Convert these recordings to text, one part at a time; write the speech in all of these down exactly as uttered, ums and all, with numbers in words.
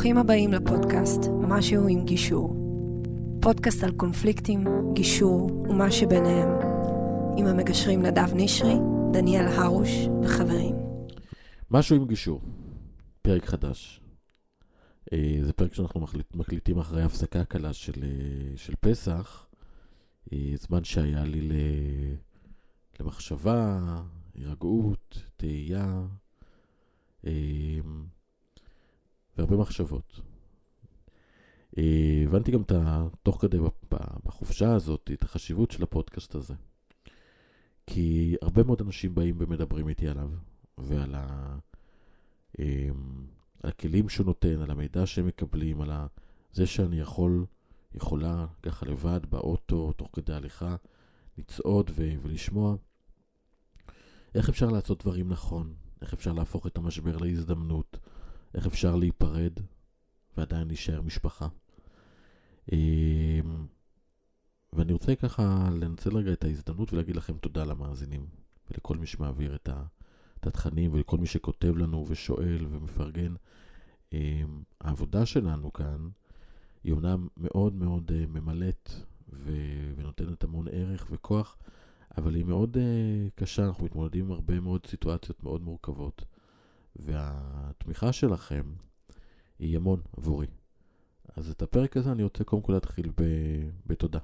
ברוכים הבאים לפודקאסט משהו עם גישור. פודקאסט על קונפליקטים, גישור ומה שביניהם. עם המגשרים נדב נשרי, דניאל הרוש וחברים. משהו עם גישור. פרק חדש. זה פרק שאנחנו מקליטים אחרי הפסקה קלה של, של פסח. זמן שהיה לי למחשבה, הירגעות, תהייה. והרבה מחשבות. הבנתי גם תוך כדי בחופשה הזאת את החשיבות של הפודקאסט הזה. כי הרבה מאוד אנשים באים ומדברים איתי עליו, ועל ה... על הכלים שהוא נותן, על המידע שהם מקבלים, על זה שאני יכול, יכולה ככה לבד באוטו, תוך כדי הליכה, לצעוד ו... ולשמוע איך אפשר לעשות דברים נכון, איך אפשר להפוך את המשבר להזדמנות, איך אפשר להיפרד ועדיין להישאר משפחה. ואני רוצה ככה לנצל רגע את ההזדמנות ולהגיד לכם תודה למאזינים ולכל מי שמעביר את התכנים ולכל מי שכותב לנו ושואל ומפרגן. העבודה שלנו כאן היא אומנם מאוד מאוד ממלאת ונותנת המון ערך וכוח, אבל היא מאוד קשה. אנחנו מתמודדים עם הרבה מאוד סיטואציות מאוד מורכבות. והתמיכה שלכם היא המון עבורי. אז את הפרק הזה אני רוצה קודם כל להתחיל ב- בתודה.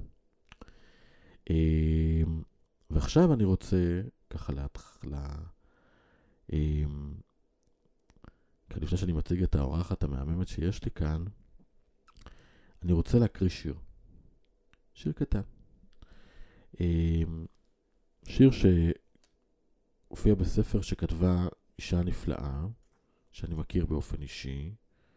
ועכשיו אני רוצה ככה להתחילה, לפני שאני מציג את האורחת המהממת שיש לי כאן, אני רוצה להקריא שיר. שיר קטן. שיר שהופיע בספר שכתבה אישה נפלאה, שאני מכיר באופן אישי,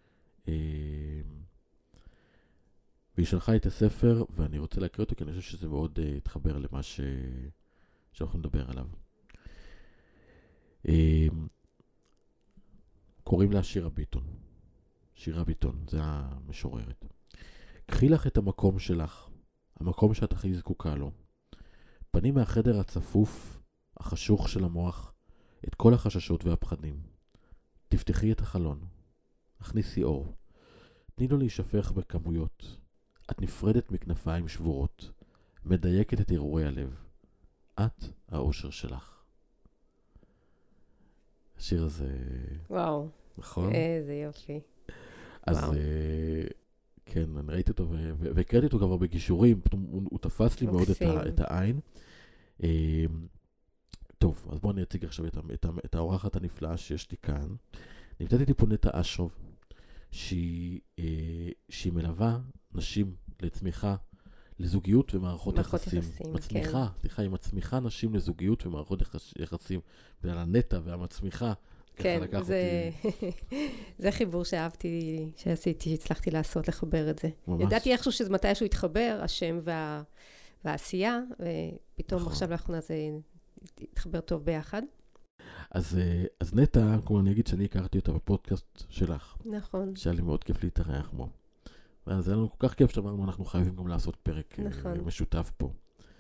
והיא שלחה את הספר, ואני רוצה להקריא אותו, כי אני חושב שזה מאוד התחבר למה ש... שאנחנו נדבר עליו. קוראים לה שירה ביטון. שירה ביטון, זה המשוררת. קחי לך את המקום שלך, המקום שאת הכי זקוקה לו. פני מהחדר הצפוף, החשוך של המוח, את כל החששות והפחדים. תפתחי את החלון. הכניסי אור. תני לו להישפך בכמויות. את נפרדת מכנפיים שבורות. מדייקת את הרהורי הלב. את האושר שלך. השיר הזה... וואו. נכון? איזה יופי. אז uh, כן, אני ראיתי אותו והקראתי אותו כבר בגישורים. פתאום הוא, הוא תפס לי מאוד את, ה, את העין. Uh, טוב, אז בואו אני אציג עכשיו את, את, את האורחת הנפלאה שיש לי כאן. נמצאת איתי פה נטע אשרוב, שהיא, אה, שהיא מלווה נשים לצמיחה, לזוגיות ומערכות יחסים. יחסים מצמיחה, כן. סליחה, היא מצמיחה נשים לזוגיות ומערכות יחס, יחסים. ועל הנטע והמצמיחה, כן, זה, זה חיבור שאהבתי, שעשיתי, שהצלחתי לעשות, לחבר את זה. ממש. ידעתי איכשהו שזה מתישהו התחבר, השם וה, והעשייה, ופתאום נכון. עכשיו לאחרונה זה... התחבר טוב ביחד. אז, אז נטע, כמו אני אגיד שאני הכרתי אותה בפודקאסט שלך. נכון. שהיה לי מאוד כיף להתארח בו. ואז היה לנו כל כך כיף שאמרנו, אנחנו חייבים גם לעשות פרק נכון. משותף פה.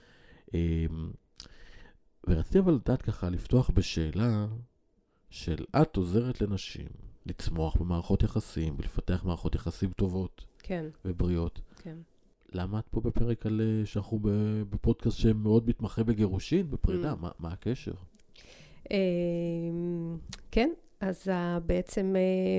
ורציתי אבל לדעת ככה, לפתוח בשאלה של את עוזרת לנשים לצמוח במערכות יחסים, ולפתח מערכות יחסים טובות. כן. ובריאות. כן. למה את פה בפרק על שאנחנו בפודקאסט שמאוד מתמחה בגירושין, בפרידה? מה, מה הקשר? כן, אז בעצם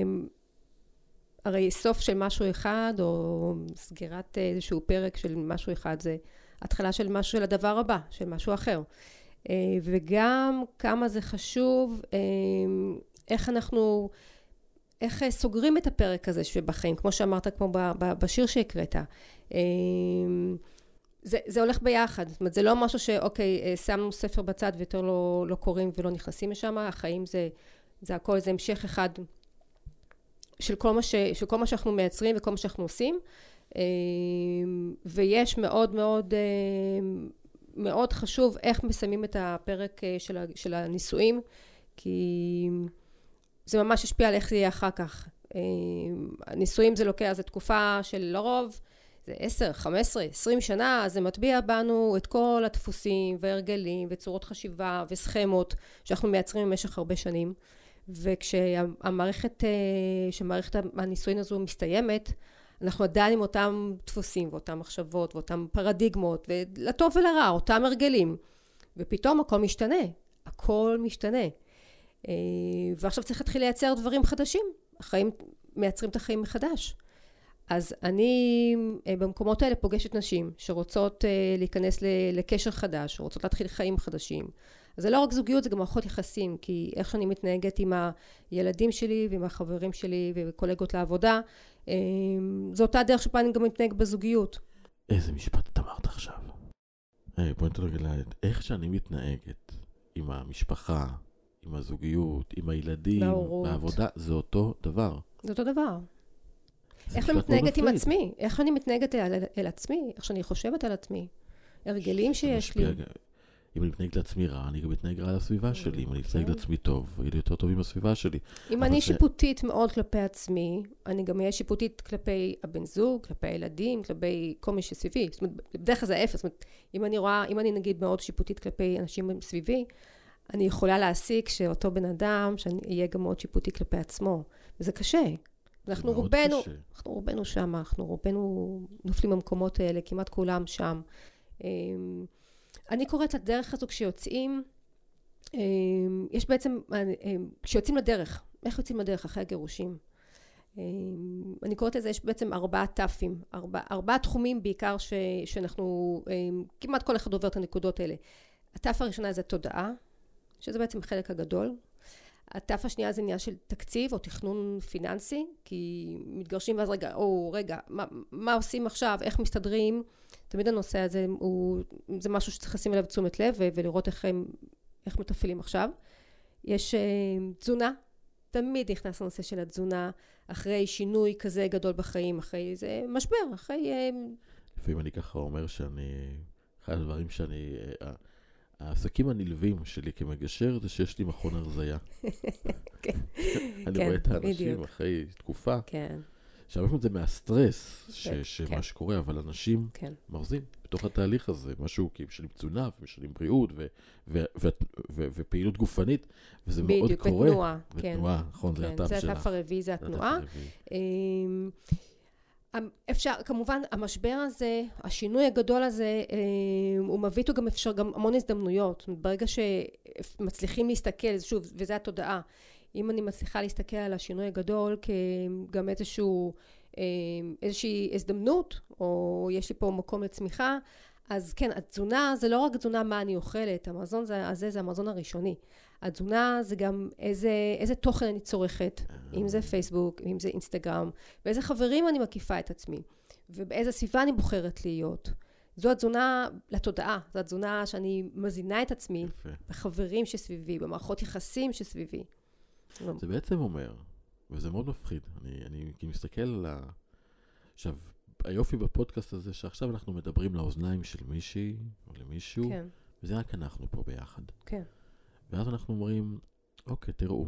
הרי סוף של משהו אחד, או סגירת איזשהו פרק של משהו אחד, זה התחלה של משהו של הדבר הבא, של משהו אחר. וגם כמה זה חשוב, איך אנחנו... איך סוגרים את הפרק הזה שבחיים, כמו שאמרת, כמו בשיר שהקראת. זה, זה הולך ביחד. זאת אומרת, זה לא משהו שאוקיי, שמנו ספר בצד ויותר לא, לא קוראים ולא נכנסים משם. החיים זה, זה הכל, זה המשך אחד של כל מה ש, של כל מה שאנחנו מייצרים וכל מה שאנחנו עושים. ויש מאוד מאוד, מאוד חשוב איך מסיימים את הפרק של, של הנישואים, כי... זה ממש השפיע על איך זה יהיה אחר כך. הנישואים זה לוקח, זה תקופה של לרוב, זה עשר, חמש עשרה, עשרים שנה, אז זה מטביע בנו את כל הדפוסים והרגלים וצורות חשיבה וסכמות שאנחנו מייצרים במשך הרבה שנים. וכשהמערכת, שמערכת הנישואין הזו מסתיימת, אנחנו עדיין עם אותם דפוסים, ואותם מחשבות, ואותם פרדיגמות, ולטוב ולרע, אותם הרגלים. ופתאום הכל משתנה. הכל משתנה. ועכשיו צריך להתחיל לייצר דברים חדשים. החיים מייצרים את החיים מחדש. אז אני במקומות האלה פוגשת נשים שרוצות להיכנס לקשר חדש, רוצות להתחיל חיים חדשים. אז זה לא רק זוגיות, זה גם מערכות יחסים, כי איך שאני מתנהגת עם הילדים שלי ועם החברים שלי וקולגות לעבודה, זו אותה דרך שפה אני גם מתנהג בזוגיות. איזה משפט את אמרת עכשיו? היי, בואי נתראה להגיד, איך שאני מתנהגת עם המשפחה, עם הזוגיות, עם הילדים, בהורות. בעבודה, זה אותו דבר. זה אותו דבר. איך אני מתנהגת עם עצמי? איך אני מתנהגת אל, אל עצמי? איך שאני חושבת על עצמי? הרגלים שיש לי. אם אני מתנהג לעצמי רע, אני גם מתנהג רע לסביבה שלי. אם אני מתנהג לעצמי טוב, יהיה לי יותר טוב עם הסביבה שלי. אם אני שיפוטית מאוד כלפי עצמי, אני גם אהיה שיפוטית כלפי הבן זוג, כלפי הילדים, כלפי כל מי שסביבי. זאת אומרת, בדרך כלל זה אפס. זאת אומרת, אם אני רואה, אם אני נגיד מאוד שיפוטית כלפי אנשים סביבי, אני יכולה להסיק שאותו בן אדם, שאני אהיה גם מאוד שיפוטי כלפי עצמו. וזה קשה. אנחנו רובנו, אנחנו רובנו שם, אנחנו רובנו נופלים במקומות האלה, כמעט כולם שם. אני קוראת לדרך הזו כשיוצאים, יש בעצם, כשיוצאים לדרך, איך יוצאים לדרך אחרי הגירושים? אני קוראת לזה, יש בעצם ארבעה טפים, ארבע, ארבעה תחומים בעיקר ש, שאנחנו, כמעט כל אחד עובר את הנקודות האלה. הטף הראשונה זה תודעה, שזה בעצם החלק הגדול. הטף השנייה זה עניין של תקציב או תכנון פיננסי, כי מתגרשים ואז רגע, או רגע, מה, מה עושים עכשיו, איך מסתדרים? תמיד הנושא הזה הוא, זה משהו שצריך לשים אליו תשומת לב ולראות איך, איך מתפעלים עכשיו. יש uh, תזונה, תמיד נכנס לנושא של התזונה, אחרי שינוי כזה גדול בחיים, אחרי זה משבר, אחרי... Uh... לפעמים אני ככה אומר שאני, אחד הדברים שאני... Uh, העסקים הנלווים שלי כמגשר זה שיש לי מכון הרזייה. אני רואה את האנשים אחרי תקופה. שהרבה זה מהסטרס שמה שקורה, אבל אנשים מרזים בתוך התהליך הזה, משהו של תזונה ושל בריאות ופעילות גופנית, וזה מאוד קורה. בדיוק, בתנועה. בתנועה, נכון, זה הטף שלך. זה הטף הרביעי, זה התנועה. אפשר, כמובן, המשבר הזה, השינוי הגדול הזה, הוא מביא איתו גם אפשר, גם המון הזדמנויות. ברגע שמצליחים להסתכל, שוב, וזה התודעה, אם אני מצליחה להסתכל על השינוי הגדול כגם איזשהו, איזושהי הזדמנות, או יש לי פה מקום לצמיחה, אז כן, התזונה זה לא רק תזונה מה אני אוכלת, המזון זה, הזה זה המזון הראשוני. התזונה זה גם איזה, איזה תוכן אני צורכת, אם זה פייסבוק, אם זה אינסטגרם, ואיזה חברים אני מקיפה את עצמי, ובאיזה סביבה אני בוחרת להיות. זו התזונה לתודעה, זו התזונה שאני מזינה את עצמי, יפה. בחברים שסביבי, במערכות יחסים שסביבי. זה בעצם אומר, וזה מאוד מפחיד, אני, אני מסתכל על ה... עכשיו, היופי בפודקאסט הזה, שעכשיו אנחנו מדברים לאוזניים של מישהי או למישהו, כן. וזה רק אנחנו פה ביחד. כן. ואז אנחנו אומרים, אוקיי, תראו,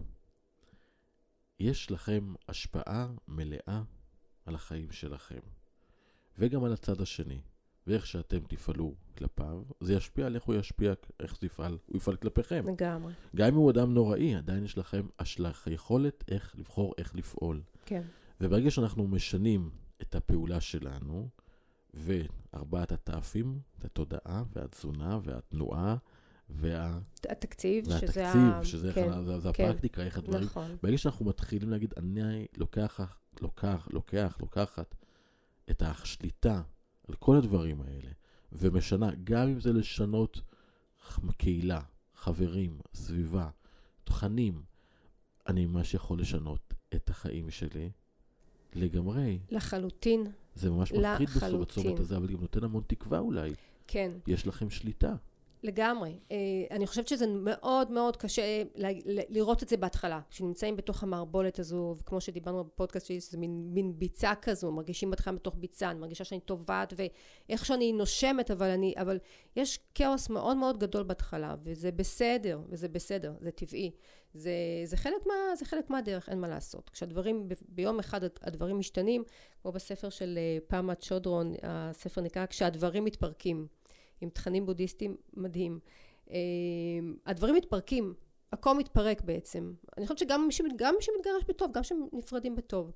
יש לכם השפעה מלאה על החיים שלכם, וגם על הצד השני, ואיך שאתם תפעלו כלפיו, זה ישפיע על איך הוא ישפיע, איך זה יפעל, הוא יפעל כלפיכם. לגמרי. גם אם הוא אדם נוראי, עדיין יש לכם השלך יכולת איך לבחור, איך לפעול. כן. וברגע שאנחנו משנים את הפעולה שלנו, וארבעת הטפים, את התודעה והתזונה והתנועה, וה... התקציב, והתקציב, שזה, שזה כן, אחד, זה, זה כן, הפרקטיקה, איך הדברים. נכון. ברגע שאנחנו מתחילים להגיד, אני לוקח, לוקח, לוקח, לוקחת את השליטה על כל הדברים האלה, ומשנה, גם אם זה לשנות קהילה, חברים, סביבה, תכנים, אני ממש יכול לשנות את החיים שלי לגמרי. לחלוטין. זה ממש מפחיד בסוג הצומת הזה, אבל גם נותן המון תקווה אולי. כן. יש לכם שליטה. לגמרי. אני חושבת שזה מאוד מאוד קשה לראות את זה בהתחלה. כשנמצאים בתוך המערבולת הזו, וכמו שדיברנו בפודקאסט שלי, זה מין, מין ביצה כזו, מרגישים בתך בתוך ביצה, אני מרגישה שאני טובעת, ואיך שאני נושמת, אבל אני, אבל יש כאוס מאוד מאוד גדול בהתחלה, וזה בסדר, וזה בסדר, זה טבעי. זה, זה חלק מה, זה חלק מהדרך, אין מה לעשות. כשהדברים, ביום אחד הדברים משתנים, כמו בספר של פאמה צ'ודרון, הספר נקרא, כשהדברים מתפרקים. עם תכנים בודהיסטיים מדהים. הדברים מתפרקים, הכל מתפרק בעצם. אני חושבת שגם מי שמתגרש בטוב, גם שנפרדים בטוב.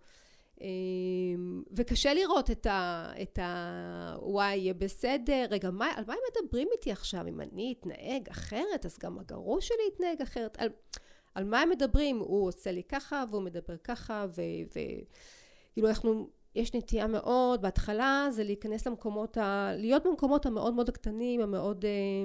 וקשה לראות את ה... את ה... וואי, יהיה בסדר. רגע, מה, על מה הם מדברים איתי עכשיו? אם אני אתנהג אחרת, אז גם הגרוש שלי יתנהג אחרת. על, על מה הם מדברים? הוא עושה לי ככה, והוא מדבר ככה, ו... ו... כאילו, אנחנו... יש נטייה מאוד, בהתחלה זה להיכנס למקומות, ה... להיות במקומות המאוד מאוד הקטנים, המאוד...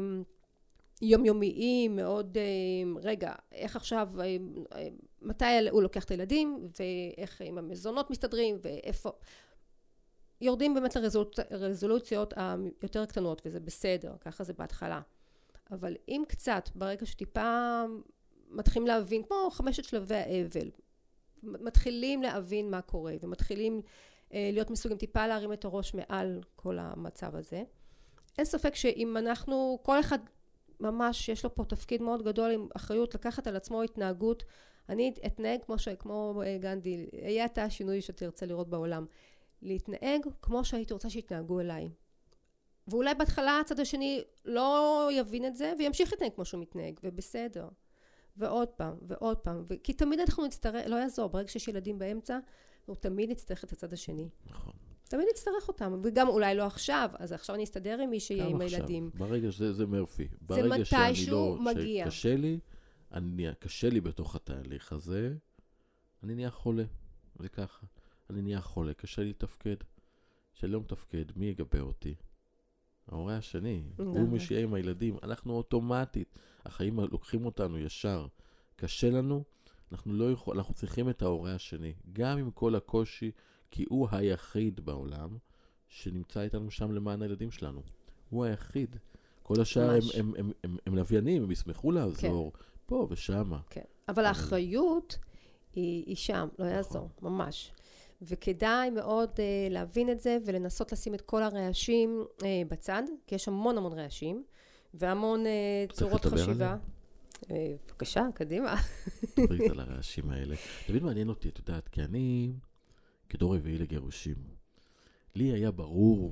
יומיומיים, מאוד, רגע, איך עכשיו, מתי הוא לוקח את הילדים, ואיך עם המזונות מסתדרים, ואיפה, יורדים באמת לרזולוציות היותר קטנות, וזה בסדר, ככה זה בהתחלה. אבל אם קצת, ברגע שטיפה מתחילים להבין, כמו חמשת שלבי האבל, מתחילים להבין מה קורה, ומתחילים להיות מסוגלים טיפה להרים את הראש מעל כל המצב הזה, אין ספק שאם אנחנו, כל אחד, ממש יש לו פה תפקיד מאוד גדול עם אחריות לקחת על עצמו התנהגות. אני אתנהג כמו, ש... כמו גנדי, היה את השינוי שתרצה לראות בעולם. להתנהג כמו שהייתי רוצה שיתנהגו אליי. ואולי בהתחלה הצד השני לא יבין את זה וימשיך להתנהג כמו שהוא מתנהג, ובסדר. ועוד פעם, ועוד פעם. ו... כי תמיד אנחנו נצטרך, לא יעזור, ברגע שיש ילדים באמצע, אנחנו תמיד נצטרך את הצד השני. נכון. תמיד נצטרך אותם, וגם אולי לא עכשיו, אז עכשיו אני אסתדר עם מי שיהיה עם הילדים. ברגע שזה זה מרפי. זה מתישהו מגיע. שקשה לי, אני, קשה לי בתוך התהליך הזה, אני נהיה חולה. זה ככה. אני נהיה חולה, קשה לי לתפקד. שלא מתפקד, מי יגבה אותי? ההורה השני. הוא מי שיהיה עם הילדים. אנחנו אוטומטית. החיים לוקחים אותנו ישר. קשה לנו, אנחנו לא יכול, אנחנו צריכים את ההורה השני. גם עם כל הקושי, כי הוא היחיד בעולם שנמצא איתנו שם למען הילדים שלנו. הוא היחיד. כל השאר הם, הם, הם, הם, הם לוויינים, הם ישמחו לעזור, כן. פה ושמה. כן. אבל האחריות היא, היא שם, לא יעזור, ממש. וכדאי מאוד uh, להבין את זה ולנסות לשים את כל הרעשים uh, בצד, כי יש המון המון רעשים, והמון uh, צורות חשיבה. בבקשה, קדימה. תדברי על הרעשים האלה. תמיד מעניין אותי, את יודעת, כי אני... כדור רביעי לגירושים. לי היה ברור,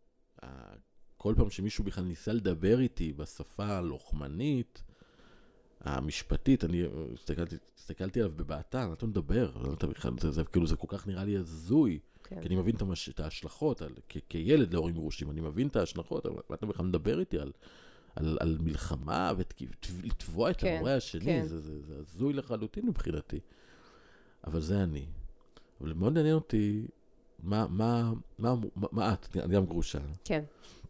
כל פעם שמישהו בכלל ניסה לדבר איתי בשפה הלוחמנית, המשפטית, אני הסתכלתי, הסתכלתי עליו בבעתה, נתון לדבר, זה, זה, כאילו זה כל כך נראה לי הזוי, כן. כי אני מבין את, המש, את ההשלכות, על, כ, כילד להורים גרושים, אני מבין את ההשלכות, אבל אתה בכלל מדבר איתי על, על, על מלחמה, ולתבוע את כן, ההורה השני, כן. זה, זה, זה הזוי לחלוטין מבחינתי. אבל זה אני. אבל מאוד עניין אותי, מה, מה, מה, מה, מה את, אני גם גרושה. כן.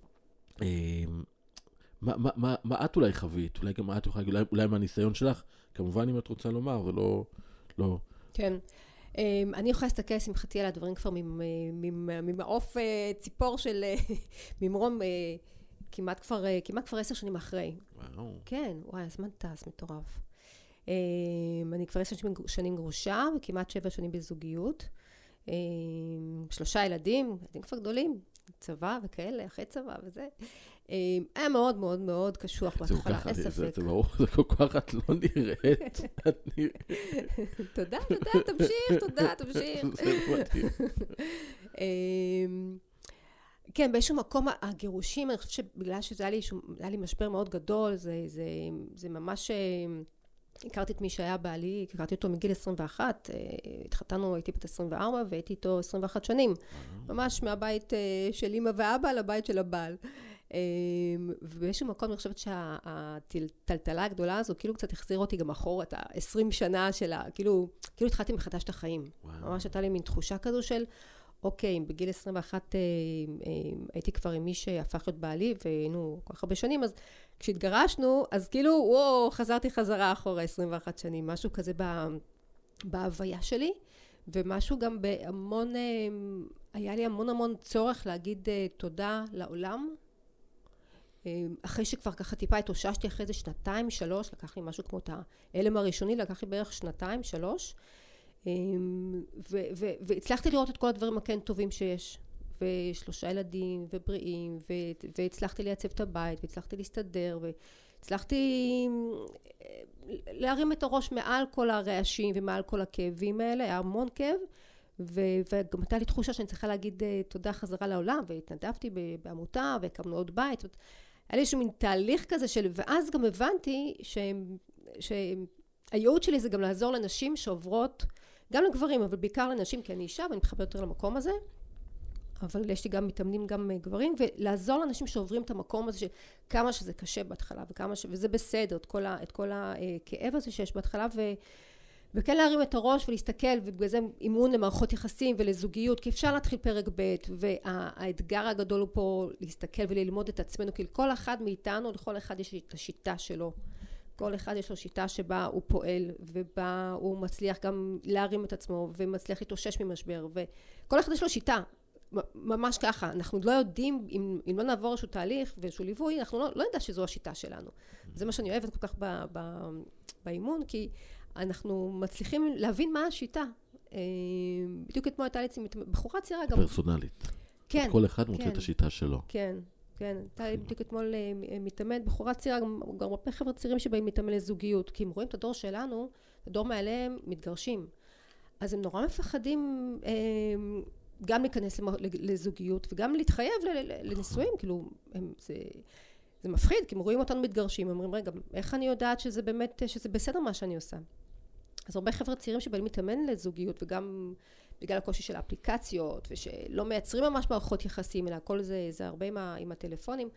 מה, מה, מה, מה את אולי חווית? אולי גם את יכולה, אולי, אולי מהניסיון שלך, כמובן אם את רוצה לומר, זה לא, לא. כן. אני יכולה להסתכל שמחתי על הדברים כבר ממעוף ציפור של ממרום כמעט כבר, כמעט כבר עשר שנים אחרי. וואו. כן, וואי, הזמן טס, מטורף. אני כבר עשר שנים גרושה, וכמעט שבע שנים בזוגיות. שלושה ילדים, ילדים כבר גדולים, צבא וכאלה, אחרי צבא וזה. היה מאוד מאוד מאוד קשוח בהתחלה, אין ספק. זה ברור, זה כל כך את לא נראית. תודה, תודה, תמשיך, תודה, תמשיך. זה מדהים. כן, באיזשהו מקום הגירושים, אני חושבת שבגלל שזה היה לי, היה לי משבר מאוד גדול, זה, זה, זה ממש, הכרתי את מי שהיה בעלי, הכרתי אותו מגיל עשרים ואחת, התחתנו, הייתי בת עשרים וארבע, והייתי איתו עשרים ואחת שנים, ממש מהבית של אמא ואבא לבית של הבעל. ובאיזשהו מקום אני חושבת שהטלטלה הגדולה הזו, כאילו קצת החזיר אותי גם אחורה, את ה-עשרים שנה שלה, כאילו, כאילו התחלתי מחדש את החיים. ממש הייתה לי מין תחושה כזו של, אוקיי, בגיל עשרים ואחת אה, אה, הייתי כבר עם מי שהפך להיות בעלי, והיינו כל כך הרבה שנים, אז כשהתגרשנו, אז כאילו, וואו, חזרתי חזרה אחורה עשרים ואחת שנים, משהו כזה בה, בהוויה שלי, ומשהו גם בהמון, אה, היה לי המון המון צורך להגיד אה, תודה לעולם, אה, אחרי שכבר ככה טיפה התאוששתי אחרי זה שנתיים, שלוש, לקח לי משהו כמו את ההלם הראשוני, לקח לי בערך שנתיים, שלוש, והצלחתי לראות את כל הדברים הכן טובים שיש, ושלושה ילדים ובריאים, והצלחתי לייצב את הבית, והצלחתי להסתדר, והצלחתי להרים את הראש מעל כל הרעשים ומעל כל הכאבים האלה, היה המון כאב, וגם הייתה לי תחושה שאני צריכה להגיד תודה חזרה לעולם, והתנדבתי בעמותה, והקמנו עוד בית, היה לי איזשהו מין תהליך כזה של, ואז גם הבנתי שהם, שהייעוד שלי זה גם לעזור לנשים שעוברות, גם לגברים, אבל בעיקר לנשים, כי אני אישה ואני מתחברת יותר למקום הזה, אבל יש לי גם מתאמנים גם גברים, ולעזור לאנשים שעוברים את המקום הזה, שכמה שזה קשה בהתחלה, וכמה ש... וזה בסדר, את כל, ה... את כל הכאב הזה שיש בהתחלה, ו... וכן להרים את הראש ולהסתכל, ובגלל זה אימון למערכות יחסים ולזוגיות, כי אפשר להתחיל פרק ב', והאתגר הגדול הוא פה להסתכל וללמוד את עצמנו, כי לכל אחד מאיתנו, לכל אחד יש את השיטה שלו. כל אחד יש לו שיטה שבה הוא פועל, ובה הוא מצליח גם להרים את עצמו, ומצליח להתאושש ממשבר, וכל אחד יש לו שיטה. ממש ככה, אנחנו לא יודעים, אם, אם לא נעבור איזשהו תהליך ואיזשהו ליווי, אנחנו לא, לא יודע שזו השיטה שלנו. זה מה שאני אוהבת כל כך ב, ב, באימון, כי אנחנו מצליחים להבין מה השיטה. בדיוק אתמול הייתה לי בחורה צעירה גם. פרסונלית. כן. כל אחד מוצא כן, את השיטה שלו. כן, כן. הייתה לי בדיוק אתמול מתאמן, בחורה צעירה, גם, גם הרבה חבר'ה צעירים שבאים מתאמן לזוגיות, כי הם רואים את הדור שלנו, הדור מעליהם מתגרשים. אז הם נורא מפחדים גם להיכנס לזוגיות וגם להתחייב לנישואים, כאילו, הם, זה, זה מפחיד, כי הם רואים אותנו מתגרשים, הם אומרים, רגע, איך אני יודעת שזה באמת, שזה בסדר מה שאני עושה? אז הרבה חבר'ה צעירים שבאים להתאמן לזוגיות, וגם בגלל הקושי של האפליקציות, ושלא מייצרים ממש מערכות יחסים, אלא הכל זה, זה הרבה עם, ה, עם הטלפונים.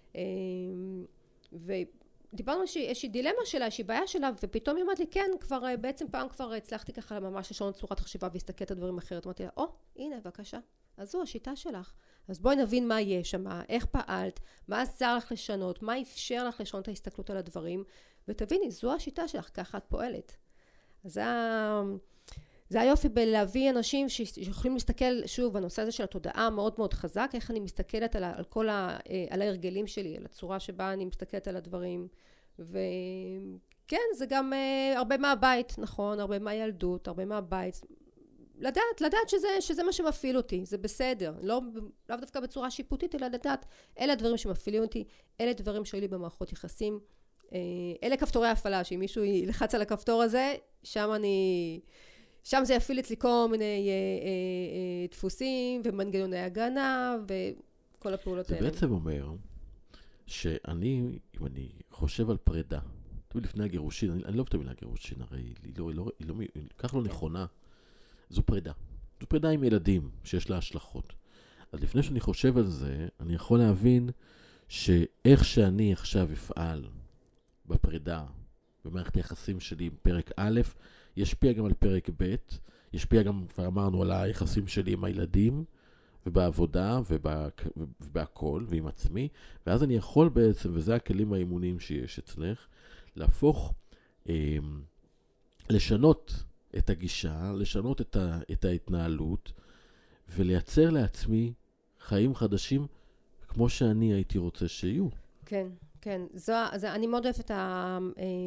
ודיברנו איזושהי דילמה שלה, איזושהי בעיה שלה, ופתאום היא אמרת לי, כן, כבר, בעצם פעם כבר הצלחתי ככה ממש לשנות צורת חשיבה, והסתכל את הדברים אחרת. אמרתי לה, או, הנה, בבקשה, אז זו השיטה שלך. אז בואי נבין מה יש שם, איך פעלת, מה עזר לך לשנות, מה אפשר לך לשנות את ההסתכלות על הדברים, ותביני, זו השיטה שלך, ככה את פועלת. אז זה, זה היופי בלהביא אנשים שיכולים להסתכל, שוב, הנושא הזה של התודעה מאוד מאוד חזק, איך אני מסתכלת על, על כל ה, על ההרגלים שלי, על הצורה שבה אני מסתכלת על הדברים, וכן, זה גם הרבה מהבית, נכון, הרבה מהילדות, הרבה מהבית, לדעת, לדעת שזה, שזה מה שמפעיל אותי, זה בסדר, לא, לא דווקא בצורה שיפוטית, אלא לדעת, אלה הדברים שמפעילים אותי, אלה דברים שהיו לי במערכות יחסים, אלה כפתורי הפעלה, שאם מישהו ילחץ על הכפתור הזה, שם אני, שם זה יפעיל אצלי כל מיני אה, אה, אה, דפוסים ומנגנוני הגנה וכל הפעולות זה האלה. זה בעצם אומר שאני, אם אני חושב על פרידה, לפני הגירושין, אני, אני לא אוהב את המילה גירושין, הרי היא לא, היא לא, היא לא, היא כך לא נכונה, זו פרידה. זו פרידה עם ילדים שיש לה השלכות. אז לפני שאני חושב על זה, אני יכול להבין שאיך שאני עכשיו אפעל בפרידה, במערכת היחסים שלי עם פרק א', ישפיע גם על פרק ב', ישפיע גם, כבר אמרנו, על היחסים שלי עם הילדים, ובעבודה, ובא, ובהכל, ועם עצמי, ואז אני יכול בעצם, וזה הכלים האימוניים שיש אצלך, להפוך, אה, לשנות את הגישה, לשנות את, ה, את ההתנהלות, ולייצר לעצמי חיים חדשים, כמו שאני הייתי רוצה שיהיו. כן. כן, זו, זו, אני מאוד אוהבת, ה,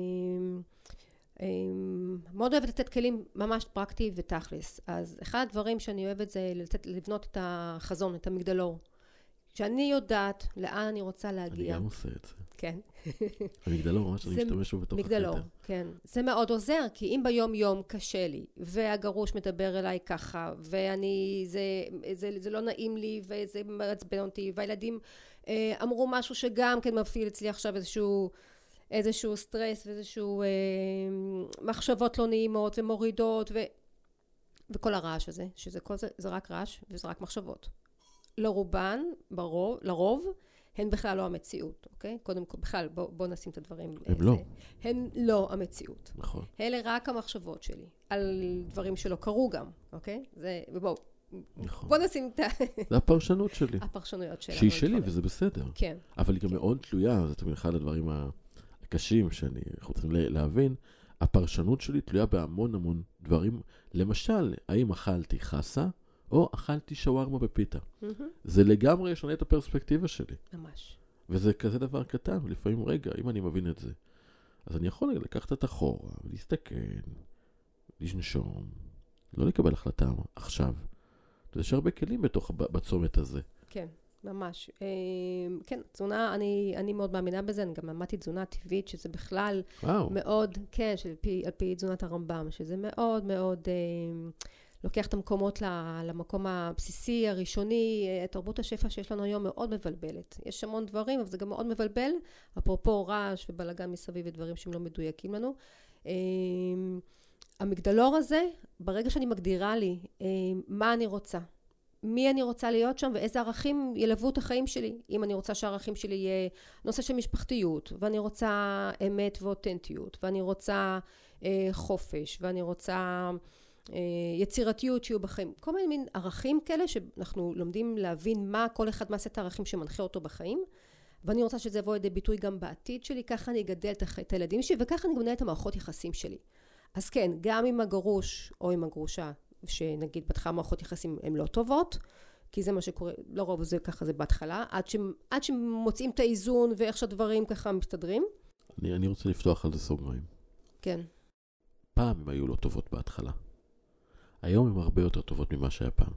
מאוד אוהבת לתת כלים ממש פרקטי ותכלס. אז אחד הדברים שאני אוהבת זה לתת, לבנות את החזון, את המגדלור. שאני יודעת לאן אני רוצה להגיע. אני גם עושה את זה. כן. המגדלור, ממש אני משתמש בו בתוך החדר. מגדלור, כן. זה מאוד עוזר, כי אם ביום יום קשה לי, והגרוש מדבר אליי ככה, ואני, זה, זה, זה לא נעים לי, וזה מעצבן אותי, והילדים אה, אמרו משהו שגם כן מפעיל אצלי עכשיו איזשהו, איזשהו סטרס, ואיזשהו אה, מחשבות לא נעימות, ומורידות, ו, וכל הרעש הזה, שזה כל זה, זה רק רעש, וזה רק מחשבות. לרובן, ברוב, לרוב, הן בכלל לא המציאות, אוקיי? קודם כל, בכלל, בוא, בוא נשים את הדברים. הן לא. הן לא המציאות. נכון. אלה רק המחשבות שלי, על דברים שלא קרו גם, אוקיי? זה, ובואו, נכון. בוא נשים את ה... זה הפרשנות שלי. הפרשנויות שלנו. שהיא שלי, וזה בסדר. כן. אבל היא גם מאוד תלויה, זה תמיד אחד הדברים הקשים שאני רוצים להבין, הפרשנות שלי תלויה בהמון המון דברים. למשל, האם אכלתי חסה, או אכלתי שווארמה בפיתה. Mm-hmm. זה לגמרי ישנה את הפרספקטיבה שלי. ממש. וזה כזה דבר קטן, לפעמים רגע, אם אני מבין את זה, אז אני יכול לקחת את אחורה, להסתכל, לנשום, לא לקבל החלטה עכשיו. יש הרבה כלים בתוך, בצומת הזה. כן, ממש. כן, תזונה, אני, אני מאוד מאמינה בזה, אני גם למדתי תזונה טבעית, שזה בכלל וואו. מאוד, כן, שעל פי, על פי תזונת הרמב"ם, שזה מאוד מאוד... לוקח את המקומות למקום הבסיסי, הראשוני. תרבות השפע שיש לנו היום מאוד מבלבלת. יש המון דברים, אבל זה גם מאוד מבלבל, אפרופו רעש ובלגן מסביב ודברים שהם לא מדויקים לנו. המגדלור הזה, ברגע שאני מגדירה לי מה אני רוצה, מי אני רוצה להיות שם ואיזה ערכים ילוו את החיים שלי. אם אני רוצה שהערכים שלי יהיה נושא של משפחתיות, ואני רוצה אמת ואותנטיות, ואני רוצה אה, חופש, ואני רוצה אה, יצירתיות שיהיו בחיים. כל מיני מין ערכים כאלה שאנחנו לומדים להבין מה כל אחד מעשה את הערכים שמנחה אותו בחיים, ואני רוצה שזה יבוא לידי ביטוי גם בעתיד שלי, ככה אני אגדל את הילדים שלי, וככה אני גם מנהל את המערכות יחסים שלי. אז כן, גם עם הגרוש או עם הגרושה, שנגיד בהתחלה מערכות יחסים הן לא טובות, כי זה מה שקורה, לרוב זה ככה זה בהתחלה, עד, ש, עד שמוצאים את האיזון ואיך שהדברים ככה מסתדרים. אני, אני רוצה לפתוח על זה סוגריים. כן. פעם הם היו לא טובות בהתחלה. היום הם הרבה יותר טובות ממה שהיה פעם.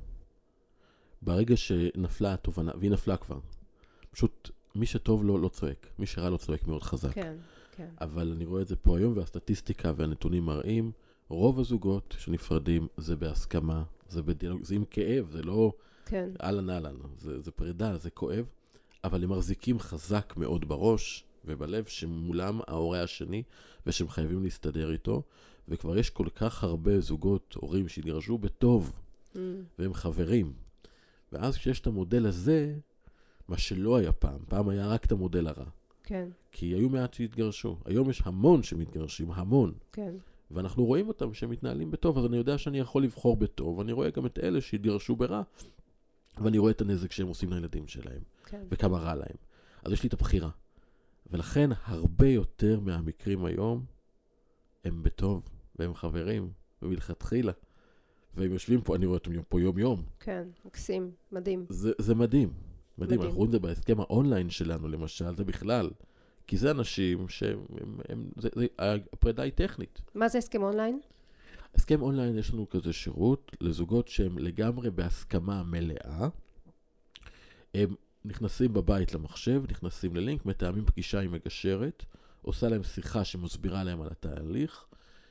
ברגע שנפלה התובנה, והיא נפלה כבר, פשוט מי שטוב לו לא צועק, מי שרע לא צועק מאוד חזק. כן, כן. אבל אני רואה את זה פה היום, והסטטיסטיקה והנתונים מראים, רוב הזוגות שנפרדים זה בהסכמה, זה בדיאלוג, זה עם כאב, זה לא כן. אהלן אהלן, זה, זה פרידה, זה כואב, אבל הם מחזיקים חזק מאוד בראש ובלב שמולם ההורה השני ושהם חייבים להסתדר איתו, וכבר יש כל כך הרבה זוגות, הורים שנרשו בטוב, mm. והם חברים. ואז כשיש את המודל הזה, מה שלא היה פעם, פעם היה רק את המודל הרע. כן. כי היו מעט שהתגרשו. היום יש המון שמתגרשים, המון. כן. ואנחנו רואים אותם שמתנהלים בטוב, אז אני יודע שאני יכול לבחור בטוב, ואני רואה גם את אלה שהתגרשו ברע, ואני רואה את הנזק שהם עושים לילדים שלהם, כן. וכמה רע להם. אז יש לי את הבחירה. ולכן הרבה יותר מהמקרים היום, הם בטוב, והם חברים, ומלכתחילה. והם יושבים פה, אני רואה אותם פה יום יום. כן, מקסים, מדהים. זה, זה מדהים, מדהים. אנחנו רואים את זה בהסכם האונליין שלנו, למשל, זה בכלל. כי זה אנשים שהם, הם, הם, זה, זה, הפרידה היא טכנית. מה זה הסכם אונליין? הסכם אונליין יש לנו כזה שירות לזוגות שהם לגמרי בהסכמה מלאה. הם נכנסים בבית למחשב, נכנסים ללינק, מתאמים פגישה עם מגשרת, עושה להם שיחה שמסבירה להם על התהליך,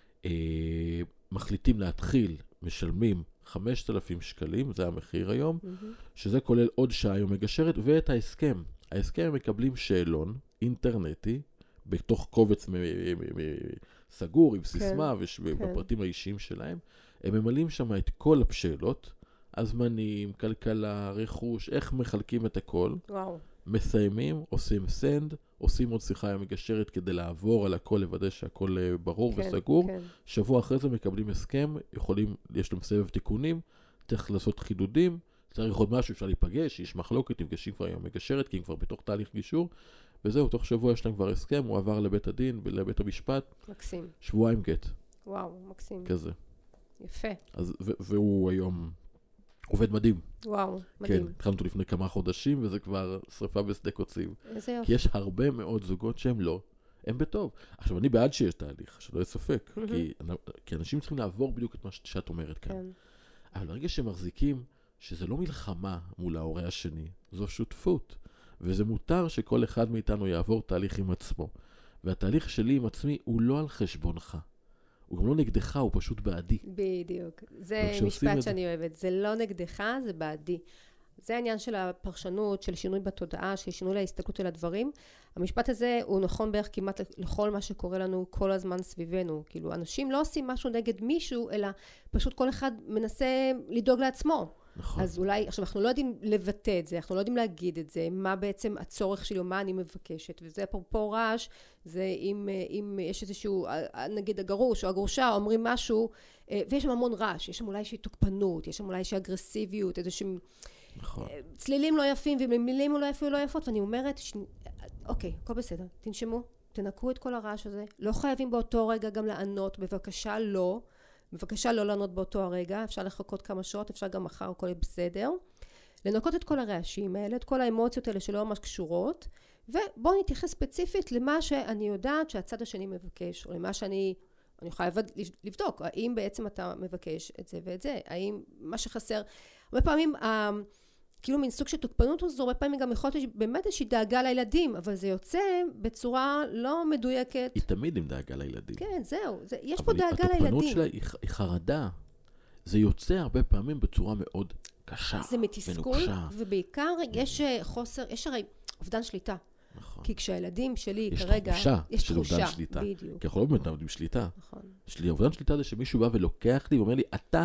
אה, מחליטים להתחיל, משלמים חמשת אלפים שקלים, זה המחיר היום, mm-hmm. שזה כולל עוד שעה עם מגשרת, ואת ההסכם. ההסכם הם מקבלים שאלון אינטרנטי, בתוך קובץ מ- מ- מ- סגור, עם סיסמה, כן, ובפרטים כן. האישיים שלהם. הם ממלאים שם את כל השאלות, הזמנים, כלכלה, רכוש, איך מחלקים את הכל. וואו. מסיימים, עושים סנד, עושים עוד שיחה עם מגשרת כדי לעבור על הכל, לוודא שהכל ברור כן, וסגור. כן. שבוע אחרי זה מקבלים הסכם, יכולים, יש להם סבב תיקונים, צריך לעשות חידודים, צריך עוד משהו, אפשר להיפגש, יש מחלוקת, נפגשים כבר עם המגשרת, כי הם כבר בתוך תהליך גישור, וזהו, תוך שבוע יש להם כבר הסכם, הוא עבר לבית הדין ולבית המשפט. מקסים. שבועיים גט. וואו, מקסים. כזה. יפה. אז, ו- והוא היום עובד מדהים. וואו, מדהים. כן, התחלנו לפני כמה חודשים, וזה כבר שריפה בשדה קוצים. איזה יופי. כי יש הרבה מאוד זוגות שהם לא, הם בטוב. עכשיו, אני בעד שיש תהליך, שלא יהיה ספק, כי, כי אנשים צריכים לעבור בדיוק את מה שאת אומרת כאן. כן. אבל ברגע שהם מחזיקים, שזה לא מלחמה מול ההורה השני, זו שותפות. וזה מותר שכל אחד מאיתנו יעבור תהליך עם עצמו. והתהליך שלי עם עצמי הוא לא על חשבונך. הוא גם לא נגדך, הוא פשוט בעדי. בדיוק. זה משפט שאני אוהבת. זה לא נגדך, זה בעדי. זה העניין של הפרשנות, של שינוי בתודעה, של שינוי להסתכלות של הדברים. המשפט הזה הוא נכון בערך כמעט לכל מה שקורה לנו כל הזמן סביבנו. כאילו, אנשים לא עושים משהו נגד מישהו, אלא פשוט כל אחד מנסה לדאוג לעצמו. נכון. אז אולי, עכשיו אנחנו לא יודעים לבטא את זה, אנחנו לא יודעים להגיד את זה, מה בעצם הצורך שלי או מה אני מבקשת, וזה פה רעש, זה אם, אם יש איזשהו, נגיד הגרוש או הגרושה אומרים משהו, ויש שם המון רעש, יש שם אולי איזושהי תוקפנות, יש שם אולי איזושהי אגרסיביות, איזושהי נכון. צלילים לא יפים ומילים לא יפים ולא יפות, ואני אומרת, ש... אוקיי, הכל בסדר, תנשמו, תנקו את כל הרעש הזה, לא חייבים באותו רגע גם לענות, בבקשה לא, בבקשה לא לענות באותו הרגע, אפשר לחכות כמה שעות, אפשר גם מחר, הכל בסדר. לנקות את כל הרעשים האלה, את כל האמוציות האלה שלא ממש קשורות, ובואו נתייחס ספציפית למה שאני יודעת שהצד השני מבקש, או למה שאני, אני יכולה לבדוק, האם בעצם אתה מבקש את זה ואת זה, האם מה שחסר, הרבה פעמים, כאילו מין סוג של תוקפנות הזו, הרבה פעמים גם יכול להיות באמת איזושהי דאגה לילדים, אבל זה יוצא בצורה לא מדויקת. היא תמיד עם דאגה לילדים. כן, זהו, זה, יש פה דאגה לילדים. אבל התוקפנות שלה היא, היא חרדה. זה יוצא הרבה פעמים בצורה מאוד קשה. זה מתסכול, ובעיקר יש חוסר, יש הרי אובדן שליטה. נכון. כי כשהילדים שלי יש כרגע, תחושה יש של תחושה, אובדן שליטה. בדיוק. כי אנחנו לא באמת עובדים שליטה. נכון. שלי, אובדן שליטה זה שמישהו בא ולוקח לי ואומר לי, אתה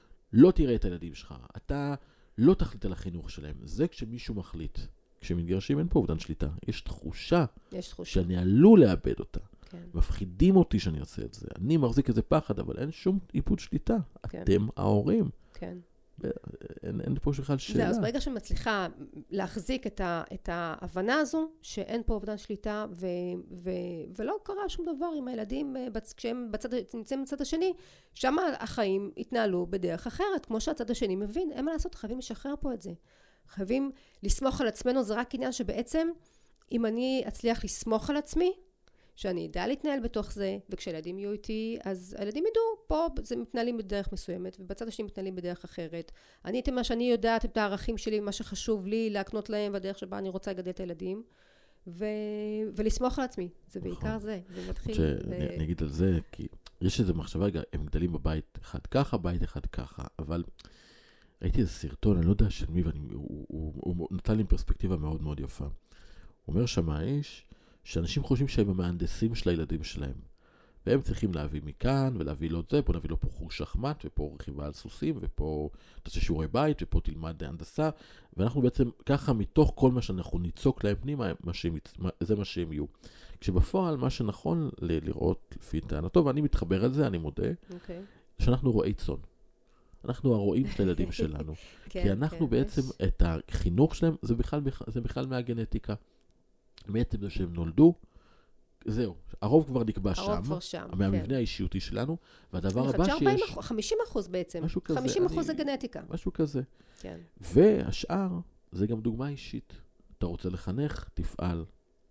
לא תראה את הילדים שלך, אתה לא תחליט על החינוך שלהם. זה כשמישהו מחליט. כשמתגרשים אין פה אובדן שליטה. יש תחושה, יש תחושה. שאני עלול לאבד אותה. כן. מפחידים אותי שאני אעשה את זה. אני מחזיק איזה פחד, אבל אין שום איבוד שליטה. כן. אתם ההורים. כן. אין, אין פה בכלל שאלה. זה, אז ברגע שמצליחה להחזיק את, ה, את ההבנה הזו, שאין פה אובדן שליטה, ו, ו, ולא קרה שום דבר עם הילדים, כשהם בצד, נמצאים בצד השני, שם החיים התנהלו בדרך אחרת, כמו שהצד השני מבין. אין מה לעשות, חייבים לשחרר פה את זה. חייבים לסמוך על עצמנו, זה רק עניין שבעצם, אם אני אצליח לסמוך על עצמי, שאני אדע להתנהל בתוך זה, וכשהילדים יהיו איתי, אז הילדים ידעו, פה זה מתנהלים בדרך מסוימת, ובצד השני מתנהלים בדרך אחרת. אני אתן מה שאני יודעת את הערכים שלי, מה שחשוב לי, להקנות להם, והדרך שבה אני רוצה לגדל את הילדים, ו... ולסמוך על עצמי. זה נכון. בעיקר זה, זה מתחיל. שאני ו... אגיד על זה, כי יש איזו מחשבה, הם גדלים בבית אחד ככה, בית אחד ככה, אבל ראיתי איזה סרטון, אני לא יודע של מי, והוא הוא, הוא, הוא, הוא נתן לי פרספקטיבה מאוד מאוד יפה. הוא אומר שמה האיש, שאנשים חושבים שהם המהנדסים של הילדים שלהם. והם צריכים להביא מכאן, ולהביא לו את זה, פה נביא לו פה חוג שחמט, ופה רכיבה על סוסים, ופה תעשה שיעורי בית, ופה תלמד הנדסה, ואנחנו בעצם ככה מתוך כל מה שאנחנו ניצוק להם פנימה, מה שהם, זה מה שהם יהיו. כשבפועל מה שנכון ל- לראות לפי טענתו, ואני מתחבר על זה, אני מודה, okay. שאנחנו רואי צאן. אנחנו הרואים של הילדים שלנו. כן, כי אנחנו כן, בעצם יש. את החינוך שלהם, זה בכלל, זה בכלל מהגנטיקה. מעצם זה שהם נולדו, זהו, הרוב כבר נקבע שם, הרוב כבר שם, מהמבנה כן. האישיות שלנו, והדבר הבא שיש... חמישים אחוז בעצם, משהו כזה, חמישים אחוז אני, זה גנטיקה. משהו כזה. כן. והשאר, זה גם דוגמה אישית. אתה רוצה לחנך, תפעל.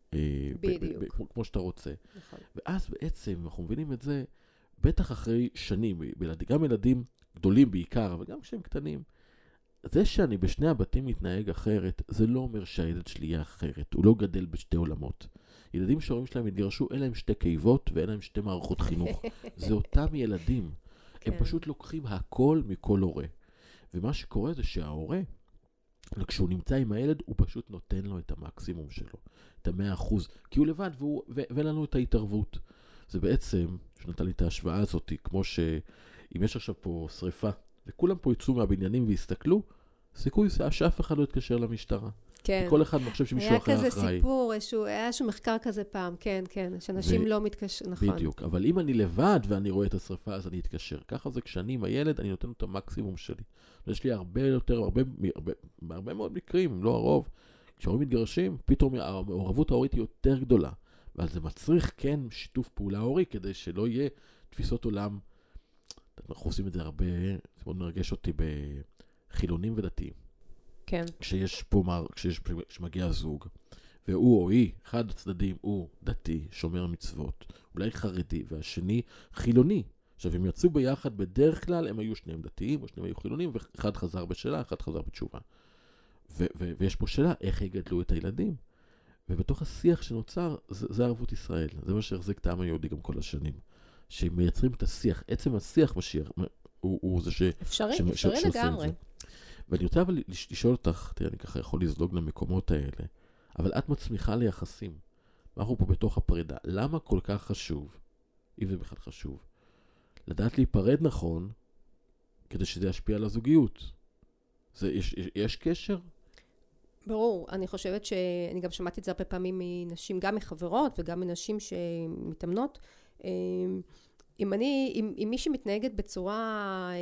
בדיוק. ב- ב- ב- כמו שאתה רוצה. נכון. ואז בעצם, אנחנו מבינים את זה, בטח אחרי שנים, גם ילדים גדולים בעיקר, אבל גם כשהם קטנים, זה שאני בשני הבתים מתנהג אחרת, זה לא אומר שהילד שלי יהיה אחרת. הוא לא גדל בשתי עולמות. ילדים שההורים שלהם התגרשו, אין להם שתי קיבות ואין להם שתי מערכות חינוך. זה אותם ילדים. הם פשוט לוקחים הכל מכל הורה. ומה שקורה זה שההורה, כשהוא נמצא עם הילד, הוא פשוט נותן לו את המקסימום שלו. את המאה אחוז. כי הוא לבד והוא, ואין לנו את ההתערבות. זה בעצם, שנתן לי את ההשוואה הזאת, כמו שאם יש עכשיו פה שריפה, וכולם פה יצאו מהבניינים והסתכלו, סיכוי שאף אחד לא יתקשר למשטרה. כן. וכל אחד מחשב שמישהו אחר אחראי. היה כזה סיפור, איזשהו, היה איזשהו מחקר כזה פעם, כן, כן, שאנשים ו... לא מתקשרים, נכון. בדיוק, אבל אם אני לבד ואני רואה את השריפה, אז אני אתקשר. ככה זה כשאני עם הילד, אני נותן את המקסימום שלי. יש לי הרבה יותר, הרבה, הרבה, הרבה מאוד מקרים, לא הרוב. כשהורים מתגרשים, פתאום המעורבות ההורית היא יותר גדולה. אבל זה מצריך, כן, שיתוף פעולה הורי, כדי שלא יהיה תפיסות עולם. אנחנו עושים את זה הרבה, זה מאוד מרגש אותי בחילונים ודתיים. כן. כשיש פה, כשיש, כשמגיע זוג, והוא או היא, אחד הצדדים הוא דתי, שומר מצוות, אולי חרדי, והשני חילוני. עכשיו, הם יצאו ביחד, בדרך כלל הם היו שניהם דתיים, או שניהם היו חילונים, ואחד חזר בשאלה, אחד חזר בתשובה. ו- ו- ויש פה שאלה, איך יגדלו את הילדים? ובתוך השיח שנוצר, זה, זה ערבות ישראל. זה מה שהחזיק את העם היהודי גם כל השנים. שמייצרים את השיח, עצם השיח משיח, הוא, הוא זה ש... אפשרי, ש- אפשרי ש- לגמרי. ואני רוצה אבל לשאול אותך, תראה, אני ככה יכול לזלוג למקומות האלה, אבל את מצמיחה ליחסים. אנחנו פה בתוך הפרידה. למה כל כך חשוב, אם זה בכלל חשוב, לדעת להיפרד נכון, כדי שזה ישפיע על הזוגיות? זה, יש, יש, יש קשר? ברור, אני חושבת שאני גם שמעתי את זה הרבה פעמים מנשים, גם מחברות וגם מנשים שמתאמנות. אם אני, אם, אם מישהי מתנהגת בצורה,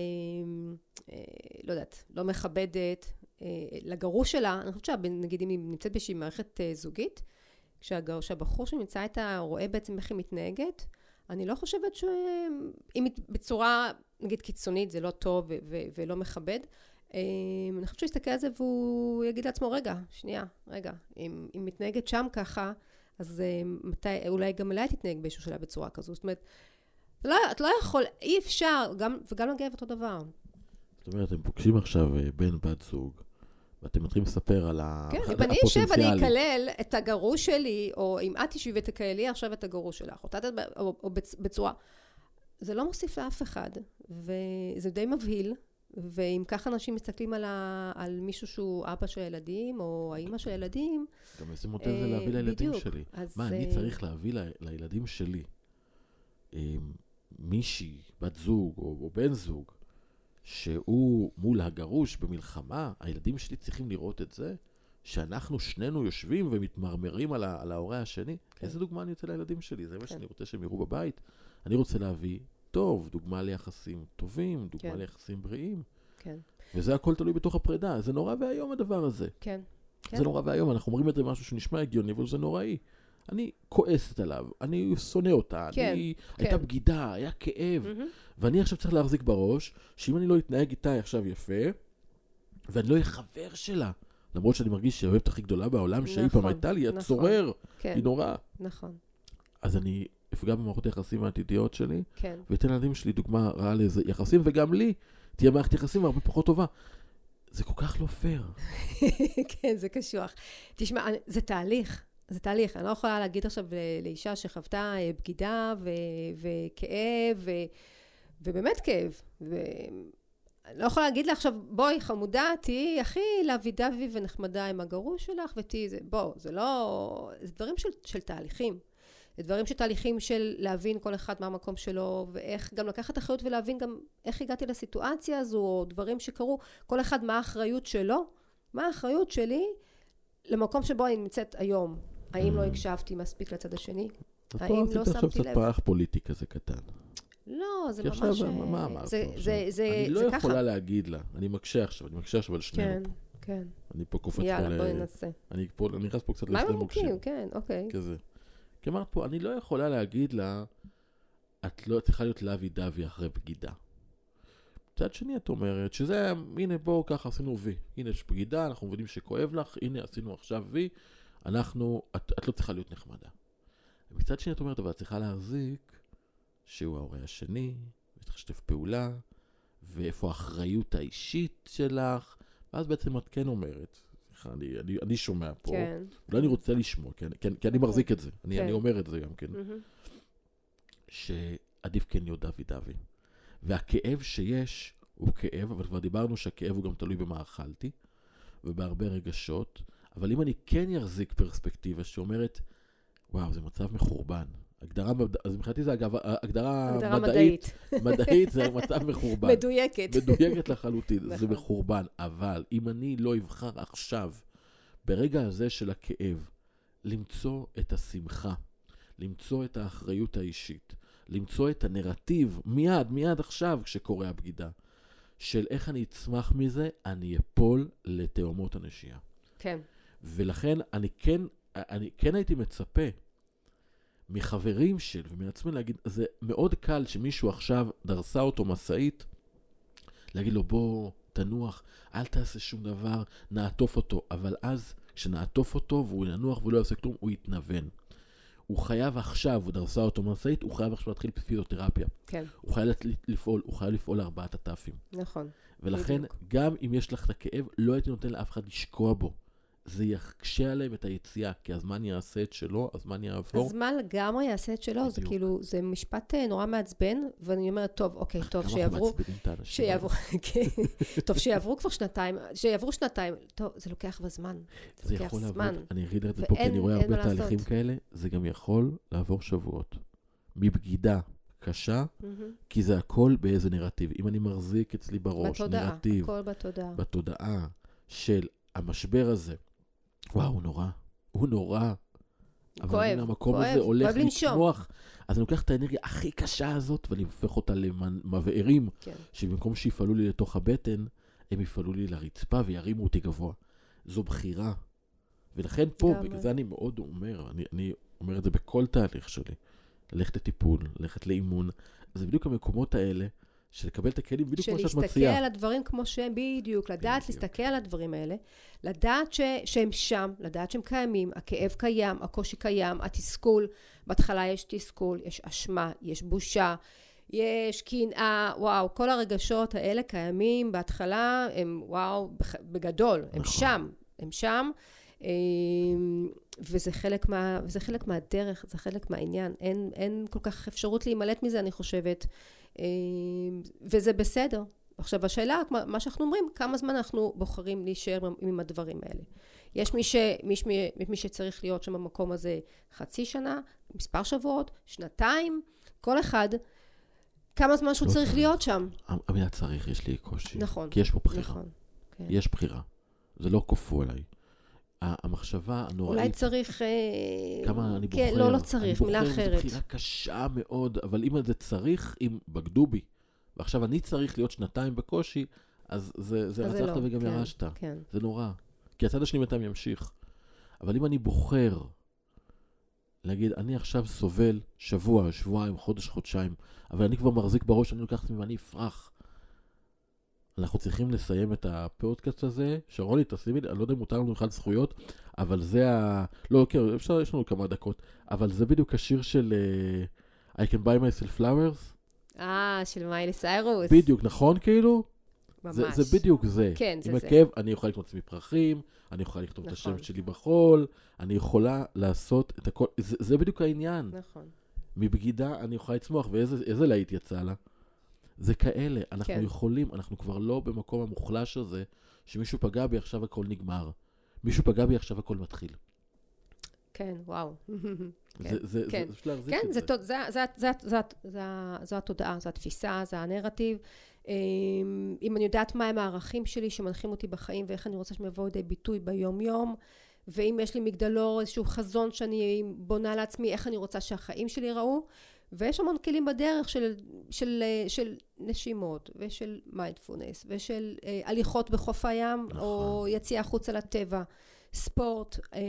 לא יודעת, לא מכבדת, לגרוש שלה, אני חושבת שנגיד אם היא נמצאת באיזושהי מערכת זוגית, כשהבחור שנמצא איתה רואה בעצם איך היא מתנהגת, אני לא חושבת שאם בצורה, נגיד, קיצונית, זה לא טוב ו- ו- ולא מכבד, אני חושבת שהוא יסתכל על זה והוא יגיד לעצמו, רגע, שנייה, רגע, אם, אם מתנהגת שם ככה, אז מתי, אולי גם אליי תתנהג באיזשהו שלה בצורה כזו. זאת אומרת, אתה לא, אתה לא יכול, אי אפשר, גם, וגם לגב אותו דבר. זאת אומרת, אתם פוגשים עכשיו בן בת זוג, ואתם מתחילים לספר על כן, אם אני אשב ואני אקלל את הגרוש שלי, או אם את תשבי ותקללי עכשיו את הגרוש שלך, או, או, או בצורה, זה לא מוסיף לאף אחד, וזה די מבהיל, ואם ככה אנשים מסתכלים על, ה, על מישהו שהוא אבא של ילדים, או האמא של ילדים, גם איזה מוטה זה להביא לילדים שלי. מה, אני צריך להביא לילדים שלי מישהי, בת זוג או בן זוג, שהוא מול הגרוש במלחמה, הילדים שלי צריכים לראות את זה, שאנחנו שנינו יושבים ומתמרמרים על, על ההורה השני. כן. איזה דוגמה אני רוצה לילדים שלי? זה כן. מה שאני רוצה שהם יראו בבית. אני רוצה להביא טוב, דוגמה ליחסים טובים, דוגמה כן. ליחסים בריאים. כן. וזה הכל תלוי בתוך הפרידה. זה נורא והיום הדבר הזה. כן. זה כן. נורא והיום. אנחנו אומרים את זה משהו שנשמע הגיוני, אבל זה נוראי. אני כועסת עליו, אני שונא אותה, כן, אני, כן. הייתה בגידה, היה כאב, mm-hmm. ואני עכשיו צריך להחזיק בראש, שאם אני לא אתנהג איתה עכשיו יפה, ואני לא אהיה חבר שלה, למרות שאני מרגיש שהיא האוהבת הכי גדולה בעולם, נכון, שהיא פעם הייתה לי, נכון, הצורר, כן. היא נורא. נכון. אז אני אפגע במערכות היחסים העתידיות שלי, כן. ואתן לילדים שלי דוגמה רעה לאיזה יחסים, וגם לי תהיה מערכת יחסים הרבה פחות טובה. זה כל כך לא פייר. כן, זה קשוח. תשמע, זה תהליך. זה תהליך, אני לא יכולה להגיד עכשיו לאישה שחוותה בגידה ו- וכאב, ו- ובאמת כאב. אני לא יכולה להגיד לה עכשיו, בואי חמודה, תהי הכי לוי דווי ונחמדה עם הגרוש שלך, ותהי זה, בוא, זה לא, זה דברים של, של תהליכים. זה דברים של תהליכים של להבין כל אחד מה המקום שלו, ואיך גם לקחת אחריות ולהבין גם איך הגעתי לסיטואציה הזו, או דברים שקרו, כל אחד מה האחריות שלו, מה האחריות שלי למקום שבו אני נמצאת היום. האם לא הקשבתי מספיק לצד השני? האם לא שמתי לב? עכשיו קצת פרח פוליטי כזה קטן. לא, זה ממש... עכשיו, מה אמרת? אני לא יכולה להגיד לה, אני מקשה עכשיו, אני מקשה עכשיו על שנינו. כן, כן. אני פה קופץ פה... יאללה, בואי ננסה. אני נכנס פה קצת לשני מוקשים. מה מוקים? כן, אוקיי. כזה. כי אמרת פה, אני לא יכולה להגיד לה, את לא צריכה להיות לוי דווי אחרי בגידה. מצד שני את אומרת, שזה, הנה בואו ככה עשינו וי. הנה יש בגידה, אנחנו מבינים שכואב לך, הנה עשינו עכשיו וי. אנחנו, את, את לא צריכה להיות נחמדה. ומצד שני את אומרת, אבל את צריכה להחזיק שהוא ההורה השני, וצריך לשתף פעולה, ואיפה האחריות האישית שלך, ואז בעצם את כן אומרת, אני, אני, אני שומע פה, כן. אולי אני רוצה לשמוע, כי, כי, כי אני מחזיק את זה, אני, כן. אני אומר את זה גם כן, mm-hmm. שעדיף כן להיות דווי דווי. והכאב שיש הוא כאב, אבל כבר דיברנו שהכאב הוא גם תלוי במה אכלתי, ובהרבה רגשות, אבל אם אני כן יחזיק פרספקטיבה שאומרת, וואו, זה מצב מחורבן. הגדרה, אז מבחינתי זה אגב, הגדרה, הגדרה מדעית. מדעית. מדעית זה מצב מחורבן. מדויקת. מדויקת לחלוטין, זה מחורבן. אבל אם אני לא אבחר עכשיו, ברגע הזה של הכאב, למצוא את השמחה, למצוא את האחריות האישית, למצוא את הנרטיב, מיד, מיד עכשיו כשקורה הבגידה, של איך אני אצמח מזה, אני אפול לתאומות הנשייה. כן. ולכן אני כן, אני כן הייתי מצפה מחברים של ומעצמי להגיד, זה מאוד קל שמישהו עכשיו דרסה אותו מסעית, להגיד לו בוא תנוח, אל תעשה שום דבר, נעטוף אותו, אבל אז כשנעטוף אותו והוא ינוח והוא לא יעשה כלום, הוא יתנוון. הוא חייב עכשיו, הוא דרסה אותו מסעית, הוא חייב עכשיו להתחיל בפיזיותרפיה. כן. הוא חייב לפעול, הוא חייב לפעול לארבעת הטפים. נכון. ולכן בדיוק. גם אם יש לך את הכאב, לא הייתי נותן לאף אחד לשקוע בו. זה יקשה עליהם את היציאה, כי הזמן יעשה את שלו, הזמן יעבור. הזמן לגמרי יעשה את שלו, זה כאילו, זה משפט נורא מעצבן, ואני אומרת, טוב, אוקיי, טוב, שיעברו, שיעברו, טוב, שיעברו כבר שנתיים, שיעברו שנתיים, טוב, זה לוקח בזמן, זה יכול לעבור, אני אגיד את זה פה, כי אני רואה הרבה תהליכים כאלה, זה גם יכול לעבור שבועות, מבגידה קשה, כי זה הכל באיזה נרטיב, אם אני מחזיק אצלי בראש, נרטיב, בתודעה של המשבר הזה, וואו, הוא נורא, הוא נורא. כואב, המקום כואב, הזה הולך כואב לנשום. אז אני לוקח את האנרגיה הכי קשה הזאת, ואני הופך אותה למבערים, כן. שבמקום שיפעלו לי לתוך הבטן, הם יפעלו לי לרצפה וירימו אותי גבוה. זו בחירה. ולכן פה, בגלל זה אני מאוד אומר, אני, אני אומר את זה בכל תהליך שלי, ללכת לטיפול, ללכת לאימון, זה בדיוק המקומות האלה, של לקבל את הכלים בדיוק כמו שאת מציעה. של להסתכל על הדברים כמו שהם בדיוק, לדעת בדיוק. להסתכל על הדברים האלה, לדעת ש, שהם שם, לדעת שהם קיימים, הכאב קיים, הקושי קיים, התסכול, בהתחלה יש תסכול, יש אשמה, יש בושה, יש קנאה, וואו, כל הרגשות האלה קיימים בהתחלה, הם וואו, בגדול, הם נכון. שם, הם שם, וזה חלק מה, וזה חלק מהדרך, זה חלק מהעניין. אין, אין כל כך אפשרות להימלט מזה, אני חושבת. וזה בסדר. עכשיו, השאלה, מה שאנחנו אומרים, כמה זמן אנחנו בוחרים להישאר עם הדברים האלה. יש מי, ש, מי, מי, מי שצריך להיות שם במקום הזה חצי שנה, מספר שבועות, שנתיים, כל אחד, כמה זמן שהוא צריך להיות שם. המילה צריך, יש לי קושי. נכון. כי יש פה בחירה. נכון. כן. יש בחירה. זה לא כופו עליי. המחשבה הנוראית... אולי צריך... כמה אני בוחר. כן, לא, לא צריך, מילה אחרת. אני בוחר, זו בחירה קשה מאוד, אבל אם זה צריך, אם בגדו בי, ועכשיו אני צריך להיות שנתיים בקושי, אז זה, זה רצחת לא, וגם כן, ירשת. כן. זה נורא. כי הצד השני בינתיים ימשיך. אבל אם אני בוחר להגיד, אני עכשיו סובל שבוע, שבועיים, חודש, חודשיים, אבל אני כבר מחזיק בראש, אני לוקח את עצמי ואני אפרח. אנחנו צריכים לסיים את הפודקאסט הזה. שרוני, תשימי, אני לא יודע אם מותר לנו בכלל זכויות, אבל זה ה... לא, כן, אפשר, יש לנו כמה דקות, אבל זה בדיוק השיר של uh, I can buy myself flowers. אה, של מיילי סיירוס. בדיוק, נכון כאילו? ממש. זה, זה בדיוק זה. כן, זה עם זה. הכאב, אני יכולה לקנות עצמי פרחים, אני יכולה לכתוב נכון. את השם שלי בחול, אני יכולה לעשות את הכל, זה, זה בדיוק העניין. נכון. מבגידה אני יכולה לצמוח, ואיזה להיט יצא לה? זה כאלה, אנחנו כן. יכולים, אנחנו כבר לא במקום המוחלש הזה, שמישהו פגע בי עכשיו הכל נגמר. מישהו פגע בי עכשיו הכל מתחיל. כן, וואו. זה, זה, כן, זה, זה להחזיק כן, את זה, זה. זה, זה, זה, זה, זה, זו התודעה, זו התפיסה, זה הנרטיב. אם אני יודעת מה הם הערכים שלי שמנחים אותי בחיים, ואיך אני רוצה שהם יבואו לידי ביטוי ביום-יום, ואם יש לי מגדלור, איזשהו חזון שאני בונה לעצמי, איך אני רוצה שהחיים שלי יראו, ויש המון כלים בדרך של, של, של נשימות, ושל מיינדפולנס, ושל אה, הליכות בחוף הים, נכון. או יציאה חוץ על הטבע, ספורט, אה,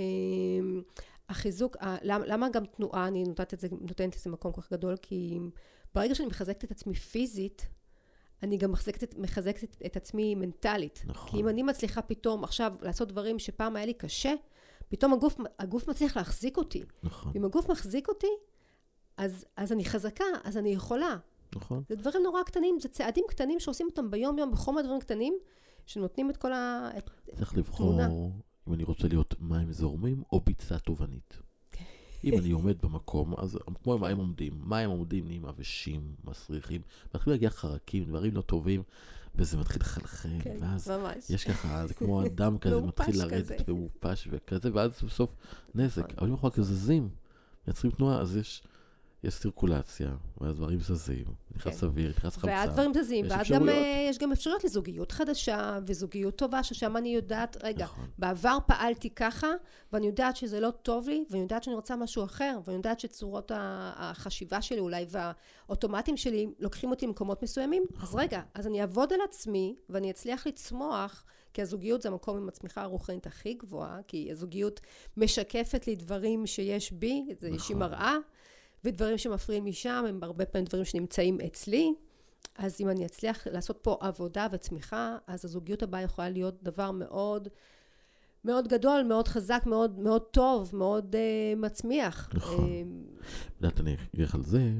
החיזוק, אה, למה, למה גם תנועה, אני נותנת את זה, נותנת את זה מקום כל כך גדול, כי ברגע שאני מחזקת את עצמי פיזית, אני גם מחזקת, מחזקת את, את עצמי מנטלית. נכון. כי אם אני מצליחה פתאום עכשיו לעשות דברים שפעם היה לי קשה, פתאום הגוף, הגוף מצליח להחזיק אותי. נכון. אם הגוף מחזיק אותי, אז, אז אני חזקה, אז אני יכולה. נכון. זה דברים נורא קטנים, זה צעדים קטנים שעושים אותם ביום-יום, בכל מיני דברים קטנים, שנותנים את כל ה... צריך לבחור, אם אני רוצה להיות מים זורמים, או ביצה טובענית. אם אני עומד במקום, אז כמו מים עומדים, מים עומדים נהיים עבשים, מסריחים, מתחיל להגיע חרקים, דברים לא טובים, וזה מתחיל לחלחל, כן, ואז ממש. יש ככה, זה כמו אדם כזה, מתחיל לרדת ומופש וכזה, ואז בסוף נזק. אבל אם אנחנו רק זזים, מייצרים תנועה, אז יש... יש סירקולציה, ואז דברים זזים, נכנס אוויר, נכנס חמצן. ואז דברים זזים, ואז גם, יש גם אפשרויות לזוגיות חדשה, וזוגיות טובה, ששם אני יודעת, רגע, בעבר פעלתי ככה, ואני יודעת שזה לא טוב לי, ואני יודעת שאני רוצה משהו אחר, ואני יודעת שצורות החשיבה שלי אולי, והאוטומטים שלי, לוקחים אותי למקומות מסוימים, אז רגע, אז אני אעבוד על עצמי, ואני אצליח לצמוח, כי הזוגיות זה המקום עם הצמיחה הרוחנית הכי גבוהה, כי הזוגיות משקפת לי דברים שיש בי, זה יש מראה, ודברים שמפריעים משם, הם הרבה פעמים דברים שנמצאים אצלי, אז אם אני אצליח לעשות פה עבודה וצמיחה, אז הזוגיות הבאה יכולה להיות דבר מאוד, מאוד גדול, מאוד חזק, מאוד, מאוד טוב, מאוד uh, מצמיח. נכון. יודעת, אני אגיד על זה,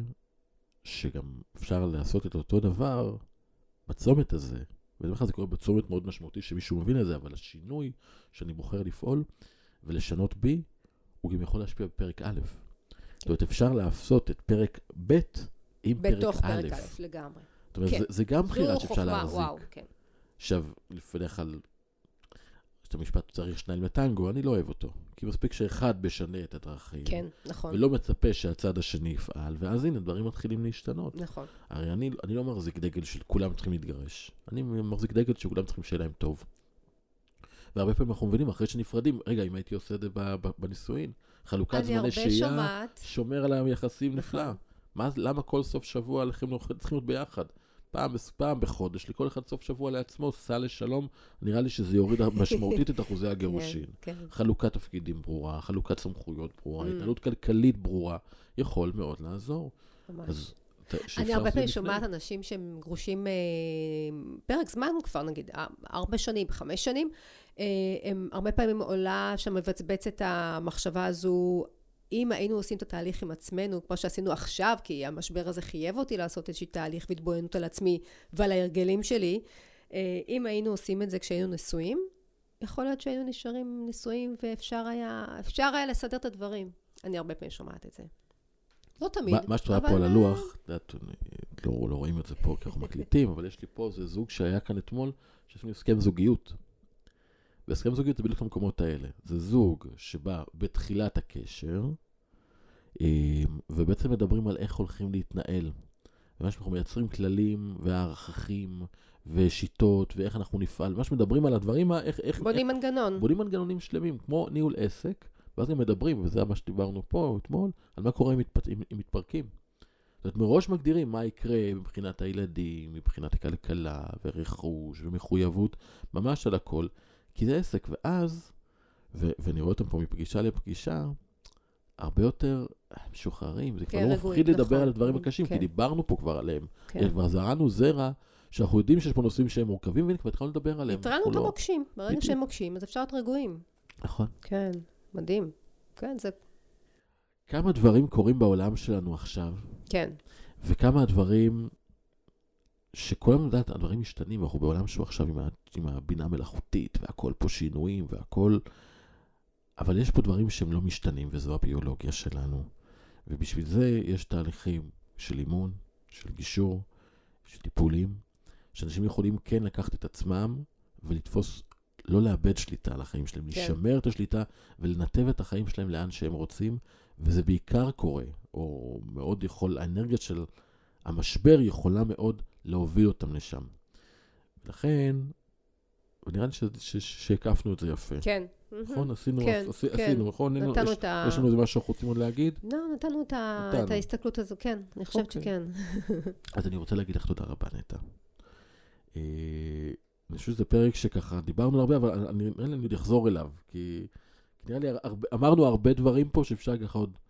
שגם אפשר לעשות את אותו דבר בצומת הזה, ובכלל זה קורה בצומת מאוד משמעותי שמישהו מבין את זה, אבל השינוי שאני בוחר לפעול ולשנות בי, הוא גם יכול להשפיע בפרק א'. זאת אומרת, אפשר לעשות את פרק ב' עם פרק א'. בתוך פרק א', לגמרי. זאת אומרת, זה גם בחירה שאפשר להחזיק. כן. עכשיו, לפני על... את המשפט צריך שניים לטנגו, אני לא אוהב אותו. כי מספיק שאחד משנה את הדרכים. כן, נכון. ולא מצפה שהצד השני יפעל, ואז הנה, דברים מתחילים להשתנות. נכון. הרי אני, אני לא מחזיק דגל של כולם צריכים להתגרש. אני מחזיק דגל שכולם צריכים שיהיה להם טוב. והרבה פעמים אנחנו מבינים, אחרי שנפרדים, רגע, אם הייתי עושה את זה בנישואין, חלוקת זמני שהייה, שומר על היחסים נפלא. מה, למה כל סוף שבוע לכם צריכים להיות ביחד? פעם, פעם בחודש, לכל אחד סוף שבוע לעצמו, סע לשלום, נראה לי שזה יוריד משמעותית את אחוזי הגירושין. חלוקת תפקידים ברורה, חלוקת סמכויות ברורה, התנהלות כלכלית ברורה, יכול מאוד לעזור. ממש. אני הרבה פעמים שומעת אנשים שהם גרושים פרק זמן כבר, נגיד, ארבע שנים, חמש שנים, הם הרבה פעמים עולה שמבצבץ את המחשבה הזו, אם היינו עושים את התהליך עם עצמנו, כמו שעשינו עכשיו, כי המשבר הזה חייב אותי לעשות איזושהי תהליך והתבוננות על עצמי ועל ההרגלים שלי, אם היינו עושים את זה כשהיינו נשואים, יכול להיות שהיינו נשארים נישואים, ואפשר היה, אפשר היה לסדר את הדברים. אני הרבה פעמים שומעת את זה. לא תמיד. מה שאתה רואה פה על הלוח, לא רואים את זה פה, כי אנחנו מקליטים, אבל יש לי פה, זה זוג שהיה כאן אתמול, שיש לנו הסכם זוגיות. והסכם זוגיות זה בדיוק למקומות האלה. זה זוג שבא בתחילת הקשר, ובעצם מדברים על איך הולכים להתנהל. ממש אנחנו מייצרים כללים והערכים ושיטות, ואיך אנחנו נפעל. ממש מדברים על הדברים, איך... איך בונים מנגנון. בונים מנגנונים שלמים, כמו ניהול עסק, ואז הם מדברים, וזה מה שדיברנו פה אתמול, על מה קורה אם, מתפ... אם, אם מתפרקים. זאת אומרת, מראש מגדירים מה יקרה מבחינת הילדים, מבחינת הכלכלה, ורכוש, ומחויבות, ממש על הכל, כי זה עסק. ואז, ו... ואני רואה אותם פה מפגישה לפגישה, הרבה יותר משוחררים, זה כבר לא מפחיד לדבר על הדברים הקשים, כי דיברנו פה כבר עליהם. כבר זרענו זרע, שאנחנו יודעים שיש פה נושאים שהם מורכבים, וכבר התחלנו לדבר עליהם. התרענו אותם מוקשים, ברגע שהם מוקשים, אז אפשר להיות רגועים. נכון. כן, מדהים. כן, זה... כמה דברים קורים בעולם שלנו עכשיו. כן. וכמה הדברים, שכל המדעת, הדברים משתנים, ואנחנו בעולם שהוא עכשיו עם, ה... עם הבינה המלאכותית, והכל פה שינויים, והכל... אבל יש פה דברים שהם לא משתנים, וזו הביולוגיה שלנו. ובשביל זה יש תהליכים של אימון, של גישור, של טיפולים, שאנשים יכולים כן לקחת את עצמם, ולתפוס, לא לאבד שליטה על החיים שלהם, כן. לשמר את השליטה, ולנתב את החיים שלהם לאן שהם רוצים, וזה בעיקר קורה, או מאוד יכול, האנרגיה של המשבר יכולה מאוד להוביל אותם לשם. ולכן, ונראה לי שהקפנו את זה יפה. כן. נכון? עשינו, כן, עשי, כן. עשינו, נכון? נתנו יש, את ה... יש לנו איזה משהו שאנחנו רוצים עוד להגיד? לא, נתנו את, ה... נתנו. את ההסתכלות הזו, כן. אני חושבת okay. שכן. אז אני רוצה להגיד לך תודה רבה, נטע. אה, אני חושב שזה פרק שככה דיברנו הרבה, אבל אני, אני, אני עוד אחזור אליו, כי נראה לי, הרבה, אמרנו הרבה דברים פה שאפשר ככה עוד...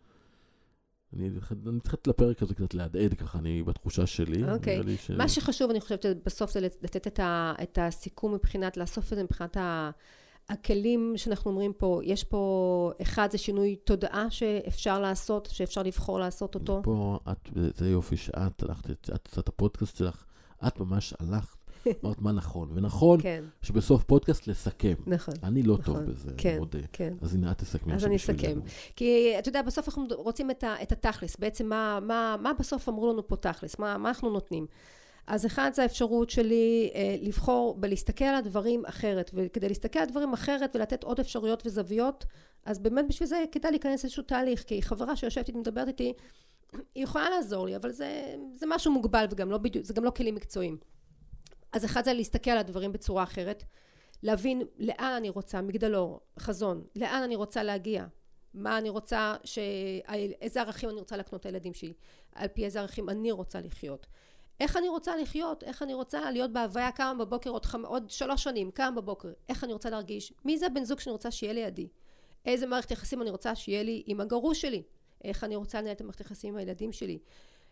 אני, אני צריכה לפרק הזה קצת להדעד ככה, אני בתחושה שלי. אוקיי. ש... מה שחשוב, אני חושבת שבסוף זה לתת את, ה... את הסיכום מבחינת, לאסוף את זה מבחינת ה... הכלים שאנחנו אומרים פה, יש פה, אחד זה שינוי תודעה שאפשר לעשות, שאפשר לבחור לעשות אותו. פה, את, זה יופי שאת הלכת, את עשת הפודקאסט שלך, את ממש הלכת, אמרת מה נכון, ונכון כן. שבסוף פודקאסט לסכם. נכון. אני לא נכון. טוב בזה, כן, אני מודה. כן. אז הנה, את תסכמי. אז אני אסכם. כי אתה יודע, בסוף אנחנו רוצים את, ה, את התכלס, בעצם מה, מה, מה בסוף אמרו לנו פה תכלס, מה, מה אנחנו נותנים. אז אחד זה האפשרות שלי אה, לבחור בלהסתכל על הדברים אחרת, וכדי להסתכל על הדברים אחרת ולתת עוד אפשרויות וזוויות, אז באמת בשביל זה כדאי להיכנס איזשהו תהליך, כי חברה שיושבת איתי מדברת איתי, היא יכולה לעזור לי, אבל זה, זה משהו מוגבל וגם לא בדיוק, זה גם לא כלים מקצועיים. אז אחד זה להסתכל על הדברים בצורה אחרת, להבין לאן אני רוצה, מגדלור, חזון, לאן אני רוצה להגיע, מה אני רוצה, ש... איזה ערכים אני רוצה לקנות לילדים שלי, על פי איזה ערכים אני רוצה לחיות. איך אני רוצה לחיות, איך אני רוצה להיות בהוויה, קם בבוקר עוד, חמ... עוד שלוש שנים, קם בבוקר, איך אני רוצה להרגיש, מי זה בן זוג שאני רוצה שיהיה לידי, איזה מערכת יחסים אני רוצה שיהיה לי עם הגרוש שלי, איך אני רוצה לנהל את המערכת יחסים עם הילדים שלי,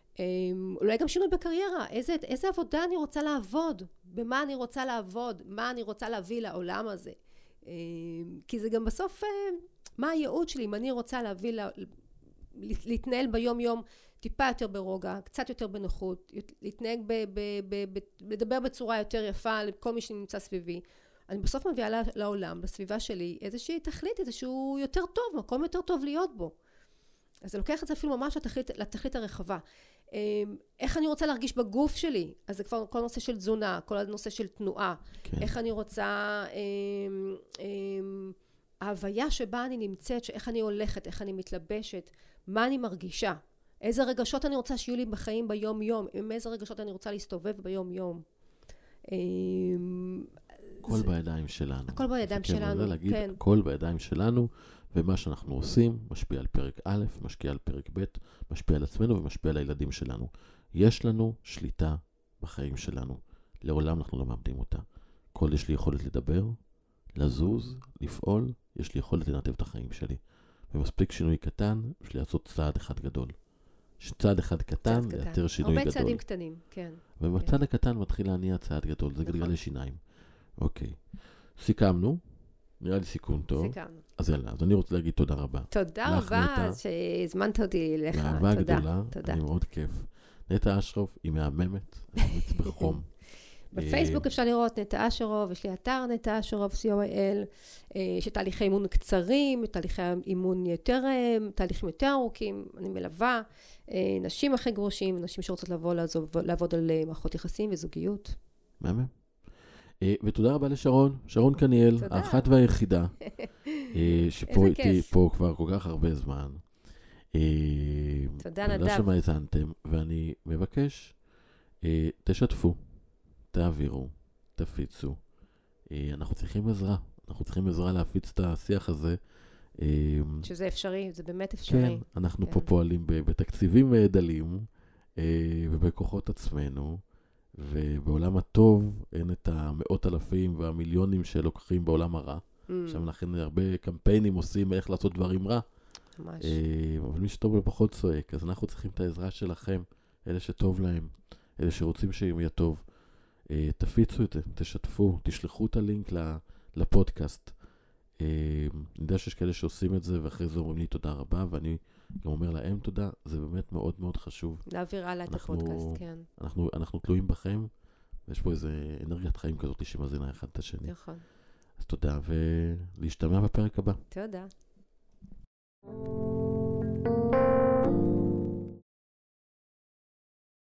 אולי גם שינוי בקריירה, איזה, איזה עבודה אני רוצה לעבוד, במה אני רוצה לעבוד, מה אני רוצה להביא לעולם הזה, כי זה גם בסוף, מה הייעוד שלי, אם אני רוצה להביא, לה... להתנהל ביום יום, טיפה יותר ברוגע, קצת יותר בנוחות, להתנהג, ב, ב, ב, ב, לדבר בצורה יותר יפה לכל מי שנמצא סביבי. אני בסוף מביאה לעולם, לסביבה שלי, איזושהי תכלית, איזשהו יותר טוב, מקום יותר טוב להיות בו. אז זה לוקח את זה אפילו ממש לתכלית, לתכלית הרחבה. איך אני רוצה להרגיש בגוף שלי? אז זה כבר כל נושא של תזונה, כל הנושא של תנועה. כן. איך אני רוצה... ההוויה שבה אני נמצאת, איך אני הולכת, איך אני מתלבשת, מה אני מרגישה, איזה רגשות אני רוצה שיהיו לי בחיים ביום יום, עם איזה רגשות אני רוצה להסתובב ביום יום. הכל בידיים שלנו. הכל בידיים שלנו, להגיד, כן. הכל בידיים שלנו, ומה שאנחנו עושים משפיע על פרק א', משפיע על פרק ב', משפיע על עצמנו ומשפיע על הילדים שלנו. יש לנו שליטה בחיים שלנו. לעולם אנחנו לא מאבדים אותה. כל יש לי יכולת לדבר, לזוז, לפעול, יש לי יכולת לנתב את החיים שלי. ומספיק שינוי קטן, יש לי לעשות צעד אחד גדול. צעד אחד קטן, יותר שינוי גדול. הרבה צעדים קטנים, כן. ובצעד הקטן מתחיל להניע צעד גדול, זה גלגל לשיניים. אוקיי. סיכמנו, נראה לי סיכום טוב. סיכמנו. אז יאללה, אז אני רוצה להגיד תודה רבה. תודה רבה שהזמנת אותי אליך. באהבה גדולה, אני מאוד כיף. נטע אשרוף היא מהממת, אני ממליץ בחום. בפייסבוק אפשר לראות נטע אשרוב, יש לי אתר נטע אשרוב סי או איי אל, יש תהליכי אימון קצרים, תהליכי אימון יותר, תהליכים יותר ארוכים, אני מלווה נשים אחרי גרושים, נשים שרוצות לבוא לעזוב, לעבוד על מערכות יחסים וזוגיות. מהמם. ותודה רבה לשרון, שרון קניאל, האחת והיחידה, שפה איתי פה כבר כל כך הרבה זמן. תודה נדב. תודה שמאזנתם, ואני מבקש, תשתפו, תעבירו, תפיצו. אנחנו צריכים עזרה, אנחנו צריכים עזרה להפיץ את השיח הזה. שזה אפשרי, זה באמת אפשרי. כן, אנחנו פה פועלים בתקציבים דלים, ובכוחות עצמנו, ובעולם הטוב אין את המאות אלפים והמיליונים שלוקחים בעולם הרע. עכשיו לכן הרבה קמפיינים עושים איך לעשות דברים רע. ממש. אבל מי שטוב לפחות צועק, אז אנחנו צריכים את העזרה שלכם, אלה שטוב להם, אלה שרוצים שהם יהיה טוב. תפיצו את זה, תשתפו, תשלחו את הלינק לפודקאסט. אני יודע שיש כאלה שעושים את זה, ואחרי זה אומרים לי תודה רבה, ואני גם אומר להם תודה, זה באמת מאוד מאוד חשוב. להעביר הלאה את הפודקאסט, כן. אנחנו, אנחנו תלויים בכם, ויש פה איזה אנרגיית חיים כזאת שמזינה אחד את השני. נכון. אז תודה, ולהשתמע בפרק הבא. תודה.